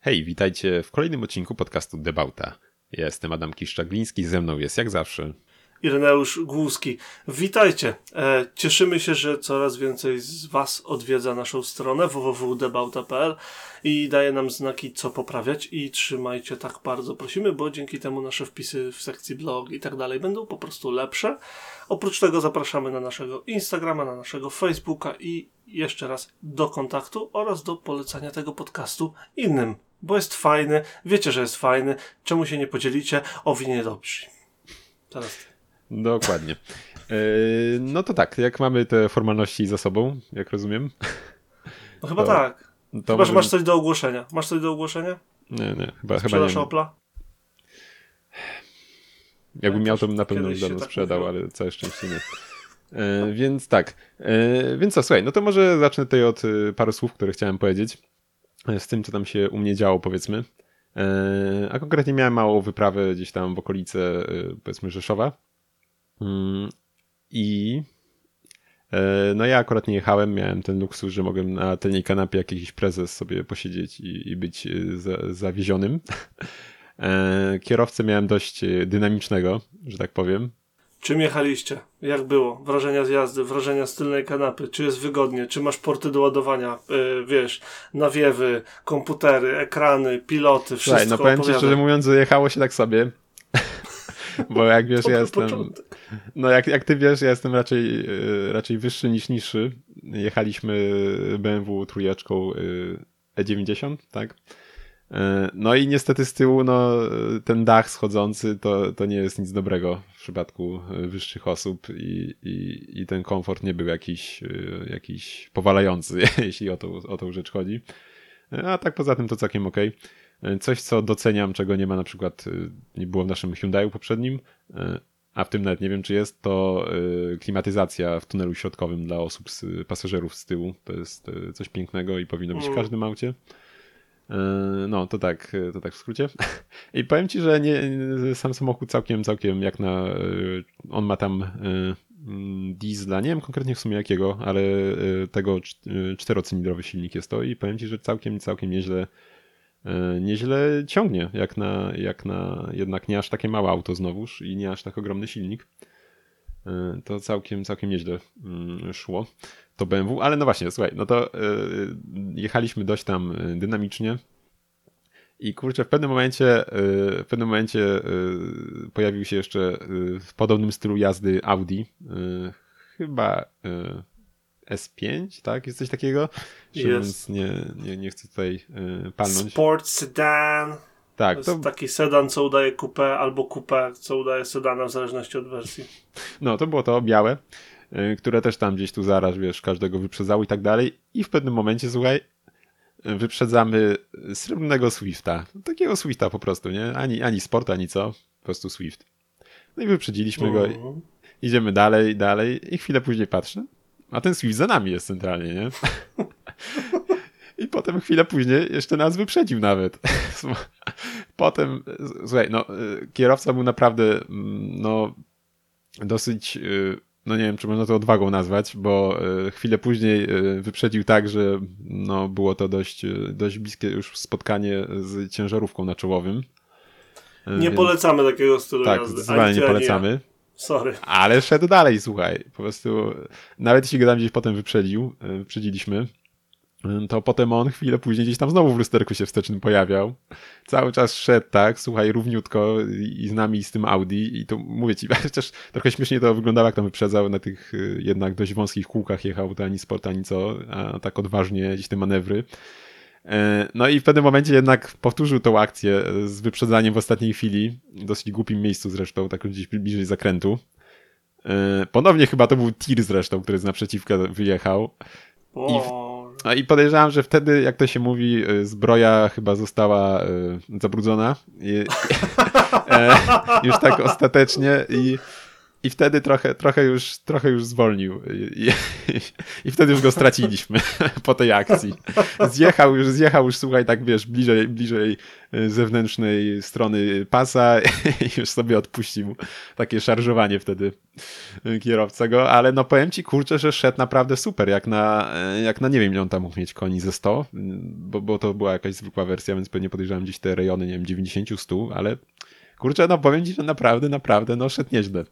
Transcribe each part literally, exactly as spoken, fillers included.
Hej, witajcie w kolejnym odcinku podcastu Debauta. Ja jestem Adam Kiszczagliński, ze mną jest jak zawsze Ireneusz Głuski. Witajcie. E, cieszymy się, że coraz więcej z Was odwiedza naszą stronę w w w kropka debauta kropka p l i daje nam znaki, co poprawiać, i trzymajcie, tak bardzo prosimy, bo dzięki temu nasze wpisy w sekcji blog i tak dalej będą po prostu lepsze. Oprócz tego zapraszamy na naszego Instagrama, na naszego Facebooka i jeszcze raz do kontaktu oraz do polecania tego podcastu innym, bo jest fajny, wiecie, że jest fajny, czemu się nie podzielicie? O winie dobrzy. Teraz ty. Dokładnie. Yy, no to tak, jak mamy te formalności za sobą, jak rozumiem. No chyba to, tak. To chyba, możemy... że masz coś do ogłoszenia. Masz coś do ogłoszenia? Nie, nie, chyba, chyba Sprzedaż nie. Opla? Jakbym miał, to bym na pewno dawno tak sprzedał, mówiło. Ale całe szczęście nie. Yy, więc tak. Yy, więc co, słuchaj, no to może zacznę tutaj od y, paru słów, które chciałem powiedzieć. Z tym, co tam się u mnie działo, powiedzmy. Yy, a konkretnie miałem małą wyprawę gdzieś tam w okolice, yy, powiedzmy, Rzeszowa. I no ja akurat nie jechałem, miałem ten luksus, że mogłem na tylnej kanapie jak jakiś prezes sobie posiedzieć i, i być za, zawiezionym. Kierowcę miałem dość dynamicznego, że tak powiem. Czym jechaliście? Jak było? Wrażenia z jazdy, wrażenia z tylnej kanapy? Czy jest wygodnie? Czy masz porty do ładowania? Yy, wiesz, nawiewy, komputery, ekrany, piloty, wszystko? Słuchaj, no powiem ci szczerze mówiąc, że jechało się tak sobie. Bo jak wiesz, ja jestem. Początek. No jak, jak ty wiesz, ja jestem raczej, raczej wyższy niż niższy. Jechaliśmy B M W trójeczką E dziewięćdziesiąt, tak? No i niestety z tyłu, no ten dach schodzący to, to nie jest nic dobrego w przypadku wyższych osób i, i, i ten komfort nie był jakiś, jakiś powalający, jeśli o tą, o tą rzecz chodzi. A tak poza tym to całkiem okej. Coś, co doceniam, czego nie ma na przykład, nie było w naszym Hyundaiu poprzednim, a w tym nawet nie wiem, czy jest, to klimatyzacja w tunelu środkowym dla osób, z, pasażerów z tyłu. To jest coś pięknego i powinno być w każdym aucie. No, to tak, to tak w skrócie. I powiem ci, że nie, sam samochód całkiem, całkiem jak na... On ma tam diesla, nie wiem konkretnie w sumie jakiego, ale tego czterocylindrowy silnik jest to i powiem ci, że całkiem, całkiem nieźle nieźle ciągnie, jak na, jak na jednak nie aż takie małe auto znowuż i nie aż tak ogromny silnik. To całkiem, całkiem nieźle szło to B M W, ale no właśnie, słuchaj, no to jechaliśmy dość tam dynamicznie i kurczę, w pewnym momencie w pewnym momencie pojawił się jeszcze w podobnym stylu jazdy Audi, chyba S pięć, tak? Jest coś takiego? Więc nie, nie, nie chcę tutaj y, palnąć. Sport sedan. Tak. To to jest taki sedan, co udaje coupé, albo coupé, co udaje sedana, w zależności od wersji. No, to było to białe, y, które też tam gdzieś tu zaraz, wiesz, każdego wyprzedzało i tak dalej. I w pewnym momencie, słuchaj, wyprzedzamy srebrnego Swifta. Takiego Swifta po prostu, nie? Ani, ani Sport, ani co. Po prostu Swift. No i wyprzedziliśmy mm. go. I idziemy dalej, dalej i chwilę później patrzę. A ten Swift za nami jest centralnie, nie? I potem chwilę później jeszcze nas wyprzedził nawet. Potem, słuchaj, no kierowca był naprawdę no dosyć, no nie wiem, czy można to odwagą nazwać, bo chwilę później wyprzedził tak, że no było to dość, dość bliskie już spotkanie z ciężarówką na czołowym. Nie Więc... polecamy takiego stylu tak, jazdy. Tak, zdecydowanie nie polecamy. Sorry. Ale szedł dalej, słuchaj. Po prostu, nawet jeśli go tam gdzieś potem wyprzedził, wyprzedziliśmy, to potem on chwilę później gdzieś tam znowu w lusterku się wstecznym pojawiał. Cały czas szedł tak, słuchaj, równiutko i z nami, i z tym Audi. I to mówię ci, chociaż trochę śmiesznie to wyglądało, jak tam wyprzedzał na tych jednak dość wąskich kółkach jechał, to ani sport, ani co, a tak odważnie gdzieś te manewry. No i w pewnym momencie jednak powtórzył tą akcję z wyprzedzaniem w ostatniej chwili, w dosyć głupim miejscu zresztą, tak gdzieś bliżej zakrętu. Ponownie chyba to był tir zresztą, który z naprzeciwka wyjechał. I, w, no i podejrzewam, że wtedy, jak to się mówi, zbroja chyba została zabrudzona. I, e, już tak ostatecznie i I wtedy trochę, trochę, już, trochę już zwolnił. I, i, i wtedy już go straciliśmy po tej akcji. Zjechał już, zjechał już, słuchaj, tak wiesz, bliżej, bliżej zewnętrznej strony pasa i już sobie odpuścił takie szarżowanie wtedy kierowca go, ale no powiem ci, kurczę, że szedł naprawdę super, jak na, jak na nie wiem, ile on tam mógł mieć koni ze sto, bo, bo to była jakaś zwykła wersja, więc pewnie podejrzewam gdzieś te rejony, nie wiem, dziewięćdziesiąt sto, ale kurczę, no powiem ci, że naprawdę, naprawdę, no szedł nieźle.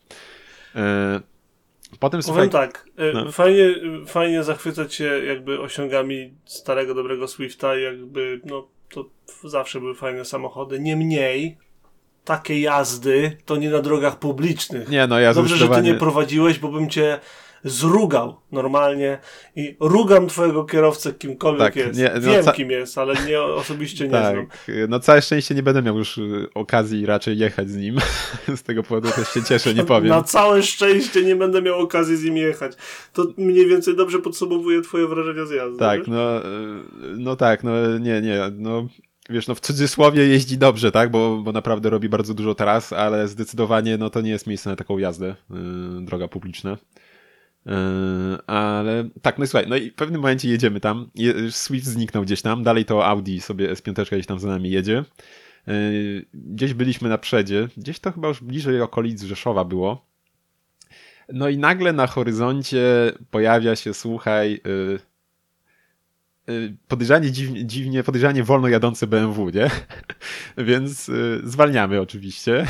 Potem Powiem słuchaj, tak, no. fajnie, fajnie zachwycać się jakby osiągami starego, dobrego Swifta i jakby, no to zawsze były fajne samochody. Niemniej takie jazdy to nie na drogach publicznych. Nie, no ja Dobrze, że ty nie prowadziłeś, bo bym cię zrugał normalnie i rugam twojego kierowcę kimkolwiek tak, jest. Nie, no Wiem ca... kim jest, ale nie osobiście nie tak, znam. No całe szczęście nie będę miał już okazji raczej jechać z nim. Z tego powodu też się cieszę, nie powiem. Na całe szczęście nie będę miał okazji z nim jechać. To mniej więcej dobrze podsumowuje twoje wrażenia z jazdy. Tak, wiesz? no, no tak, no nie, nie, no wiesz, no w cudzysłowie jeździ dobrze, tak, bo, bo naprawdę robi bardzo dużo tras, ale zdecydowanie no to nie jest miejsce na taką jazdę, yy, droga publiczna. Yy, ale tak, no i słuchaj, no i w pewnym momencie jedziemy tam, Je, Swift zniknął gdzieś tam, dalej to Audi sobie S pięć gdzieś tam za nami jedzie. Yy, gdzieś byliśmy na przedzie, gdzieś to chyba już bliżej okolic Rzeszowa było. No i nagle na horyzoncie pojawia się, słuchaj, yy, podejrzanie dziwnie, dziwnie, podejrzanie wolno jadące B M W, nie? Więc y, zwalniamy oczywiście.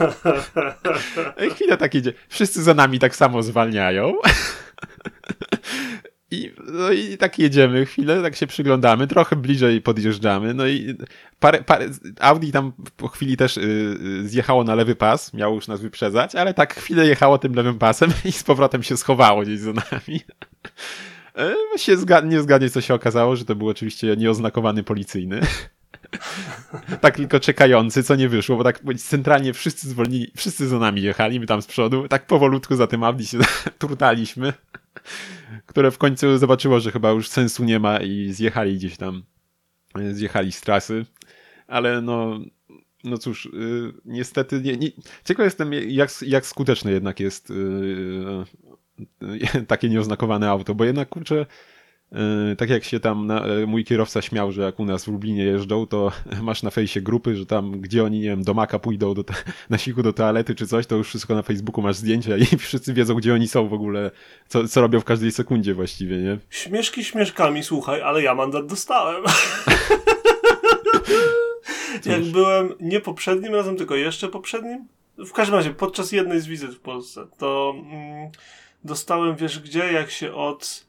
I chwilę tak idzie. Wszyscy za nami tak samo zwalniają. I, no i tak jedziemy chwilę, tak się przyglądamy, trochę bliżej podjeżdżamy, no i parę, parę, Audi tam po chwili też y, zjechało na lewy pas, miało już nas wyprzedzać, ale tak chwilę jechało tym lewym pasem i z powrotem się schowało gdzieś za nami. Się zga- nie zgadnie, co się okazało, że to był oczywiście nieoznakowany policyjny. Tak tylko czekający, co nie wyszło, bo tak centralnie wszyscy zwolnili, wszyscy za nami jechali, my tam z przodu, tak powolutku za tym Audi się turtaliśmy, które w końcu zobaczyło, że chyba już sensu nie ma i zjechali gdzieś tam, zjechali z trasy, ale no, no cóż, yy, niestety, nie, nie, ciekaw jestem, jak, jak skuteczne jednak jest yy, takie nieoznakowane auto, bo jednak kurczę, yy, tak jak się tam na, mój kierowca śmiał, że jak u nas w Lublinie jeżdżą, to masz na fejsie grupy, że tam gdzie oni, nie wiem, do Maka pójdą do te, na siku do toalety czy coś, to już wszystko na Facebooku masz zdjęcia i wszyscy wiedzą, gdzie oni są w ogóle, co, co robią w każdej sekundzie właściwie, nie? Śmieszki śmieszkami, słuchaj, ale ja mandat dostałem. Jak byłem nie poprzednim razem, tylko jeszcze poprzednim, w każdym razie podczas jednej z wizyt w Polsce, to mm, dostałem, wiesz gdzie, jak się od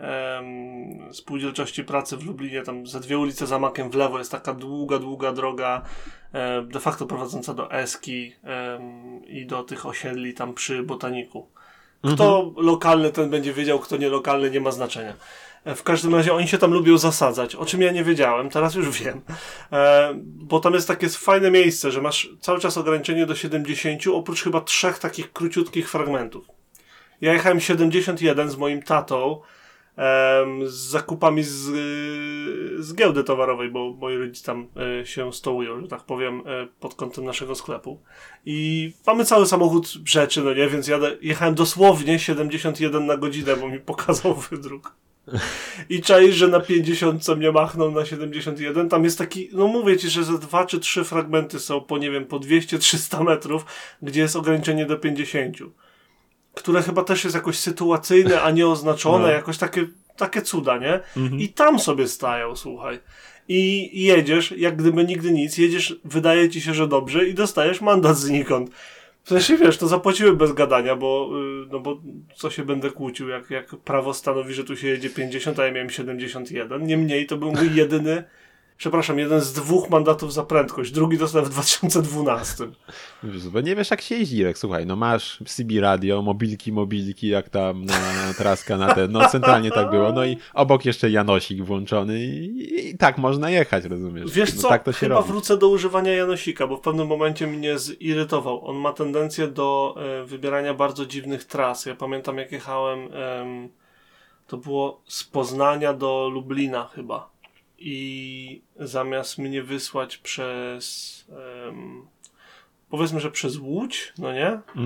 em, Spółdzielczości Pracy w Lublinie, tam za dwie ulice za Makiem w lewo jest taka długa, długa droga, em, de facto prowadząca do Eski em, i do tych osiedli tam przy Botaniku. Kto mhm. lokalny, ten będzie wiedział, kto nie lokalny, nie ma znaczenia. W każdym razie oni się tam lubią zasadzać, o czym ja nie wiedziałem, teraz już wiem. E, bo tam jest takie fajne miejsce, że masz cały czas ograniczenie do siedemdziesięciu, oprócz chyba trzech takich króciutkich fragmentów. Ja jechałem siedemdziesiąt jeden z moim tatą, e, z zakupami z, z giełdy towarowej, bo moi rodzice tam e, się stołują, że tak powiem, e, pod kątem naszego sklepu. I mamy cały samochód rzeczy, no nie, więc jadę, jechałem dosłownie siedemdziesiąt jeden na godzinę, bo mi pokazał wydruk. I czaisz, że na pięćdziesiąt co mnie machnął na siedemdziesiąt jeden, tam jest taki, no mówię ci, że ze dwa czy trzy fragmenty są po, nie wiem, po dwieście trzysta metrów, gdzie jest ograniczenie do pięćdziesięciu, które chyba też jest jakoś sytuacyjne, a nie oznaczone, no. jakoś takie, takie cuda, nie? Mhm. I tam sobie stają, słuchaj. I jedziesz, jak gdyby nigdy nic, jedziesz, wydaje ci się, że dobrze i dostajesz mandat znikąd. W sensie, wiesz, to zapłaciły bez gadania, bo, no bo co się będę kłócił, jak, jak prawo stanowi, że tu się jedzie pięćdziesiąt, a ja miałem siedemdziesiąt jeden. Niemniej to był mój jedyny, przepraszam, jeden z dwóch mandatów za prędkość. Drugi dostałem w dwa tysiące dwunastym. Bo nie wiesz, jak się jeździ, Irek. Słuchaj, no masz C B radio, mobilki, mobilki, jak tam na traska na ten. No centralnie tak było. No i obok jeszcze Janosik włączony i, i tak można jechać, rozumiesz? Wiesz no, co, tak to się chyba robi. wrócę do używania Janosika, bo w pewnym momencie mnie zirytował. On ma tendencję do e, wybierania bardzo dziwnych tras. Ja pamiętam, jak jechałem, e, to było z Poznania do Lublina chyba. I zamiast mnie wysłać przez um, powiedzmy, że przez Łódź, no nie? Mhm.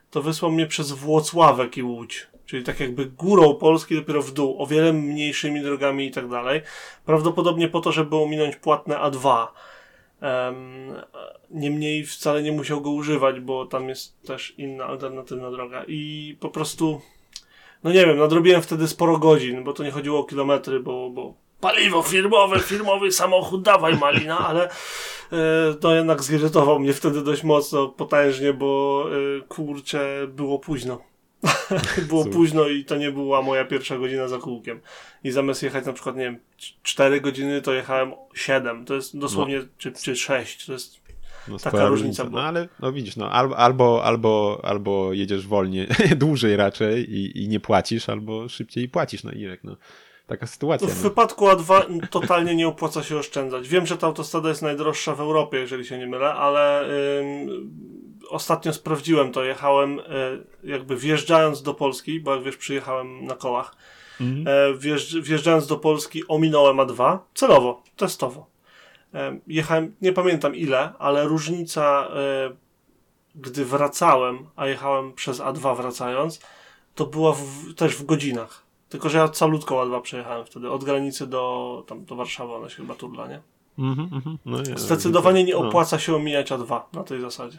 to wysłał mnie przez Włocławek i Łódź. Czyli tak jakby górą Polski, dopiero w dół, o wiele mniejszymi drogami i tak dalej. Prawdopodobnie po to, żeby ominąć płatne A dwa. Um, niemniej wcale nie musiał go używać, bo tam jest też inna alternatywna droga. I po prostu, no nie wiem, nadrobiłem wtedy sporo godzin, bo to nie chodziło o kilometry, bo, bo paliwo firmowe, firmowy samochód, dawaj malina, ale e, to jednak zirytował mnie wtedy dość mocno, potężnie, bo e, kurczę, było późno. Było Super. późno i to nie była moja pierwsza godzina za kółkiem. I zamiast jechać na przykład, nie wiem, cztery godziny, to jechałem siedem. To jest dosłownie, no. czy, czy sześć. To jest no, taka różnica. No ale, no widzisz, no albo, albo, albo, albo jedziesz wolniej, dłużej raczej i, i nie płacisz, albo szybciej płacisz, no Irek, no. Taka sytuacja. W no. wypadku A dwa totalnie nie opłaca się oszczędzać. Wiem, że ta autostrada jest najdroższa w Europie, jeżeli się nie mylę, ale ym, ostatnio sprawdziłem to. Jechałem y, jakby wjeżdżając do Polski, bo jak wiesz, przyjechałem na kołach. Mhm. Y, wjeżdż, wjeżdżając do Polski ominąłem A dwa, celowo, testowo. Y, jechałem, nie pamiętam ile, ale różnica, y, gdy wracałem, a jechałem przez A dwa wracając, to była w, też w godzinach. Tylko, że ja calutką A dwa przejechałem wtedy, od granicy do, tam, do Warszawy, ona się chyba turla, nie? Mm-hmm, mm-hmm. No nie Zdecydowanie nie opłaca no. się omijać A dwa na tej zasadzie.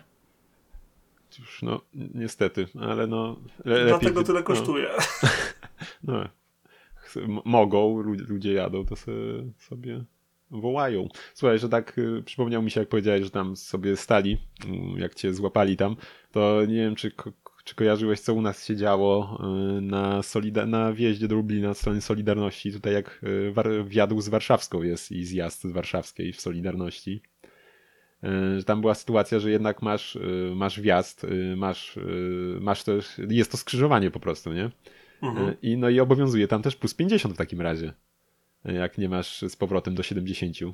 Cóż, no niestety, ale no... Le- Dlatego lepiej, tyle no, kosztuje. No, m- mogą, ludzie jadą, to sobie, sobie wołają. Słuchaj, że tak y, przypomniał mi się, jak powiedziałeś, że tam sobie stali, y, jak cię złapali tam, to nie wiem, czy... Ko- Czy kojarzyłeś, co u nas się działo na, solida- na wjeździe do Lublina na stronie Solidarności? Tutaj jak war- wjazd z Warszawską jest i zjazd z Warszawskiej w Solidarności. Że tam była sytuacja, że jednak masz, masz wjazd, masz, masz też, jest to skrzyżowanie po prostu, nie? Mhm. I, no i obowiązuje tam też plus pięćdziesiąt w takim razie, jak nie masz z powrotem do siedemdziesięciu.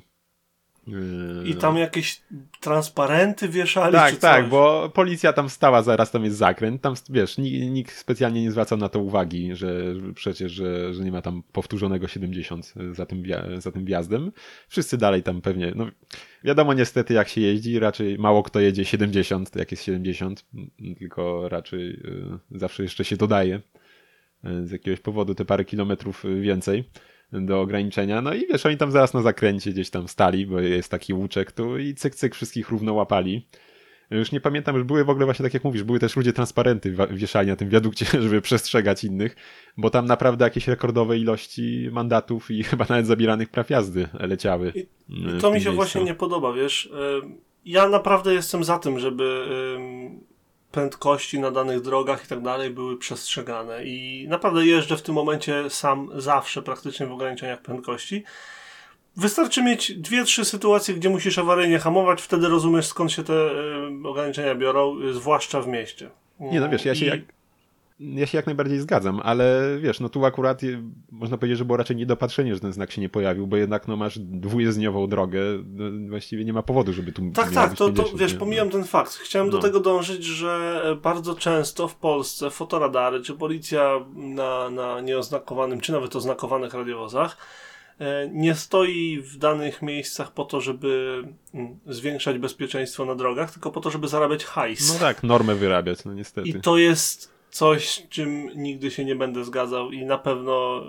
I tam jakieś transparenty wieszali? Tak, czy tak, coś? bo policja tam stała, zaraz tam jest zakręt, tam wiesz, nikt, nikt specjalnie nie zwracał na to uwagi, że przecież, że, że nie ma tam powtórzonego siedemdziesiąt za tym, za tym wjazdem. Wszyscy dalej tam pewnie, no wiadomo niestety jak się jeździ, raczej mało kto jedzie siedemdziesiąt, jak jest siedemdziesiąt, tylko raczej y, zawsze jeszcze się dodaje y, z jakiegoś powodu te parę kilometrów więcej do ograniczenia, no i wiesz, oni tam zaraz na zakręcie gdzieś tam stali, bo jest taki łuczek tu i cyk, cyk, wszystkich równo łapali. Już nie pamiętam, już były w ogóle właśnie tak jak mówisz, były też ludzie transparenty wieszali na tym wiadukcie, żeby przestrzegać innych, bo tam naprawdę jakieś rekordowe ilości mandatów i chyba nawet zabieranych praw jazdy leciały. I, i to mi się miejscu. właśnie nie podoba, wiesz. Ja naprawdę jestem za tym, żeby prędkości na danych drogach i tak dalej były przestrzegane i naprawdę jeżdżę w tym momencie sam zawsze praktycznie w ograniczeniach prędkości. Wystarczy mieć dwie, trzy sytuacje, gdzie musisz awaryjnie hamować, wtedy rozumiesz, skąd się te y, ograniczenia biorą, y, zwłaszcza w mieście. Nie no wiesz, ja się I... jak... Ja się jak najbardziej zgadzam, ale wiesz, no tu akurat można powiedzieć, że było raczej niedopatrzenie, że ten znak się nie pojawił, bo jednak no masz dwujezdniową drogę, no, właściwie nie ma powodu, żeby tu Tak, tak, to, to wiesz, nie? pomijam ten fakt. Chciałem no. do tego dążyć, że bardzo często w Polsce fotoradary, czy policja na, na nieoznakowanym, czy nawet oznakowanych radiowozach nie stoi w danych miejscach po to, żeby zwiększać bezpieczeństwo na drogach, tylko po to, żeby zarabiać hajs. No tak, normę wyrabiać, no niestety. I to jest coś, z czym nigdy się nie będę zgadzał i na pewno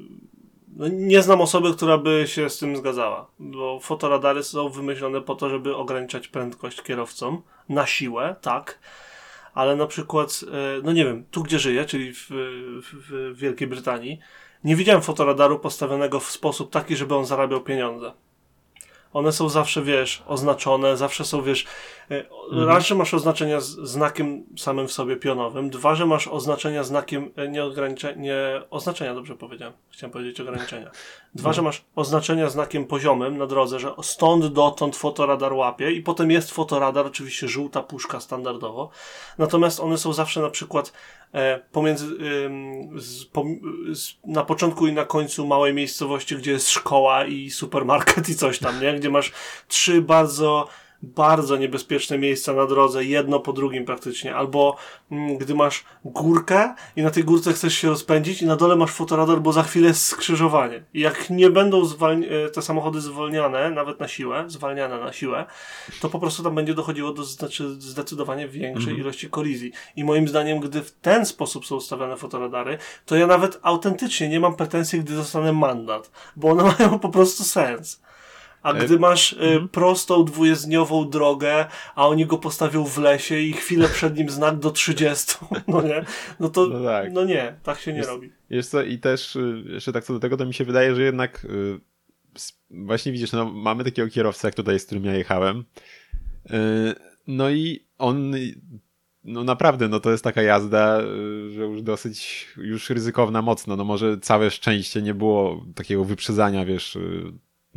no, nie znam osoby, która by się z tym zgadzała, bo fotoradary są wymyślone po to, żeby ograniczać prędkość kierowcom na siłę, tak, ale na przykład, no nie wiem, tu gdzie żyję, czyli w, w, w Wielkiej Brytanii, nie widziałem fotoradaru postawionego w sposób taki, żeby on zarabiał pieniądze. One są zawsze, wiesz, oznaczone, zawsze są, wiesz, mhm. raz, że masz oznaczenia z znakiem samym w sobie pionowym, dwa, że masz oznaczenia znakiem, nie ograniczenia, nie, oznaczenia, dobrze powiedziałem, chciałem powiedzieć ograniczenia. Dwa, mhm. że masz oznaczenia znakiem poziomym na drodze, że stąd dotąd fotoradar łapie i potem jest fotoradar, oczywiście żółta puszka standardowo, natomiast one są zawsze na przykład e, pomiędzy, e, z, po, z, na początku i na końcu małej miejscowości, gdzie jest szkoła i supermarket i coś tam, nie? Gdzie masz trzy bardzo bardzo niebezpieczne miejsca na drodze, jedno po drugim praktycznie, albo mm, gdy masz górkę i na tej górce chcesz się rozpędzić i na dole masz fotoradar, bo za chwilę jest skrzyżowanie. I jak nie będą zwalni- te samochody zwolniane, nawet na siłę, zwalniane na siłę, to po prostu tam będzie dochodziło do znaczy zdecydowanie większej mm. ilości kolizji. I moim zdaniem, gdy w ten sposób są ustawiane fotoradary, to ja nawet autentycznie nie mam pretensji, gdy dostanę mandat, bo one mają po prostu sens. A gdy masz y, mm. prostą, dwujezdniową drogę, a oni go postawią w lesie i chwilę przed nim znak do trzydziestu, no nie? No to, no, tak. no nie, tak się nie jest, robi. Wiesz co, i też y, jeszcze tak co do tego, to mi się wydaje, że jednak y, właśnie widzisz, no mamy takiego kierowcę, jak tutaj, z którym ja jechałem, y, no i on, no naprawdę, no to jest taka jazda, y, że już dosyć, już ryzykowna mocno, no może całe szczęście nie było takiego wyprzedzania, wiesz, y,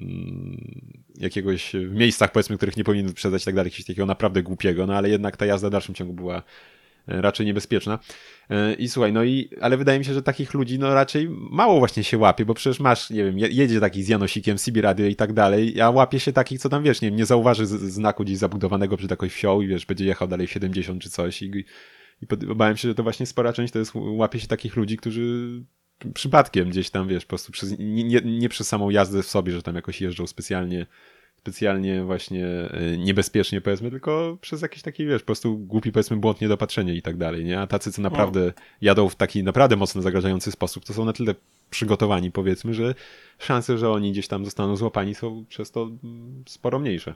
jakiegoś w miejscach, powiedzmy, których nie powinien wyprzedzać i tak dalej, jakiegoś takiego naprawdę głupiego, no ale jednak ta jazda w dalszym ciągu była raczej niebezpieczna. I słuchaj, no i, ale wydaje mi się, że takich ludzi no raczej mało właśnie się łapie, bo przecież masz, nie wiem, jedzie taki z Janosikiem, C B radio i tak dalej, a łapie się takich, co tam, wiesz, nie wiem, nie zauważy znaku gdzieś zabudowanego przed jakąś wsią i wiesz, będzie jechał dalej siedemdziesiąt czy coś i, i podobałem się, że to właśnie spora część to jest, łapie się takich ludzi, którzy przypadkiem gdzieś tam, wiesz, po prostu przez, nie, nie, nie przez samą jazdę w sobie, że tam jakoś jeżdżą specjalnie specjalnie właśnie niebezpiecznie, powiedzmy, tylko przez jakiś taki, wiesz, po prostu głupi, powiedzmy, błąd, niedopatrzenie i tak dalej, nie? A tacy, co naprawdę jadą w taki naprawdę mocno zagrażający sposób, to są na tyle przygotowani, powiedzmy, że szanse, że oni gdzieś tam zostaną złapani, są przez to sporo mniejsze.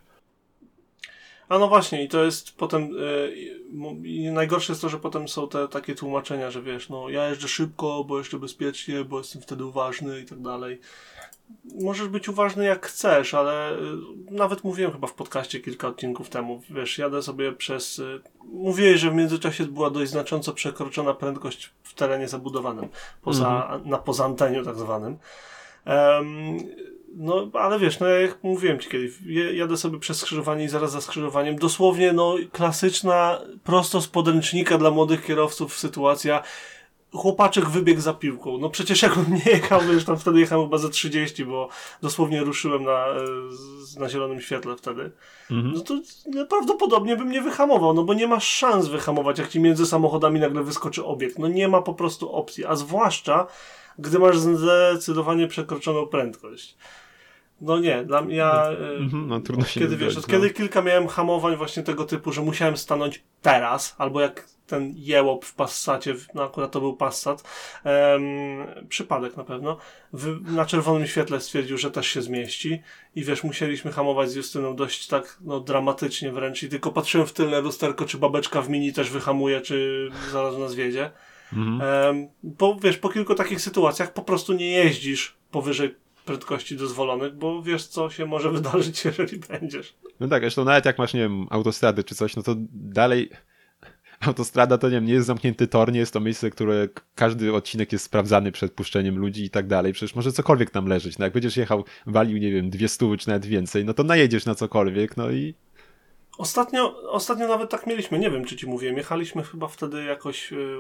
A no właśnie, i to jest potem yy, i najgorsze jest to, że potem są te takie tłumaczenia, że wiesz, no ja jeżdżę szybko, bo jeszcze bezpiecznie, bo jestem wtedy uważny i tak dalej. Możesz być uważny jak chcesz, ale yy, nawet mówiłem chyba w podcaście kilka odcinków temu, wiesz, jadę sobie przez... Yy, mówiłeś, że w międzyczasie była dość znacząco przekroczona prędkość w terenie zabudowanym, poza, mhm. na poza anteniu tak zwanym. Um, No, ale wiesz, no jak mówiłem ci kiedyś, jadę sobie przez skrzyżowanie i zaraz za skrzyżowaniem, dosłownie, no, klasyczna, prosto z podręcznika dla młodych kierowców sytuacja, chłopaczek wybiegł za piłką. No przecież jak on nie jechał, wiesz, tam wtedy jechałem chyba za trzydzieści, bo dosłownie ruszyłem na, na zielonym świetle wtedy. Mhm. No to no, prawdopodobnie bym nie wyhamował, no bo nie masz szans wyhamować, jak ci między samochodami nagle wyskoczy obiekt. No nie ma po prostu opcji, a zwłaszcza gdy masz zdecydowanie przekroczoną prędkość. No nie, dla mnie ja... Mm-hmm, no, trudno się kiedy, wiesz, od no. kiedy kilka miałem hamowań właśnie tego typu, że musiałem stanąć teraz, albo jak ten jełop w Passacie, no akurat to był Passat, um, przypadek na pewno, w, na czerwonym świetle stwierdził, że też się zmieści i wiesz, musieliśmy hamować z Justyną dość tak, no dramatycznie wręcz i tylko patrzyłem w tylne lusterko, czy babeczka w mini też wyhamuje, czy zaraz nas wiedzie. Mm-hmm. Um, bo wiesz, po kilku takich sytuacjach po prostu nie jeździsz powyżej prędkości dozwolonych, bo wiesz, co się może wydarzyć, jeżeli będziesz. No tak, zresztą nawet jak masz, nie wiem, autostrady czy coś, no to dalej autostrada to, nie wiem, nie jest zamknięty tor, nie jest to miejsce, które każdy odcinek jest sprawdzany przed puszczeniem ludzi i tak dalej. Przecież może cokolwiek tam leżeć. No jak będziesz jechał, walił, nie wiem, dwie stówy czy nawet więcej, no to najedziesz na cokolwiek, no i... Ostatnio, ostatnio nawet tak mieliśmy, nie wiem, czy ci mówiłem, jechaliśmy chyba wtedy jakoś... Yy...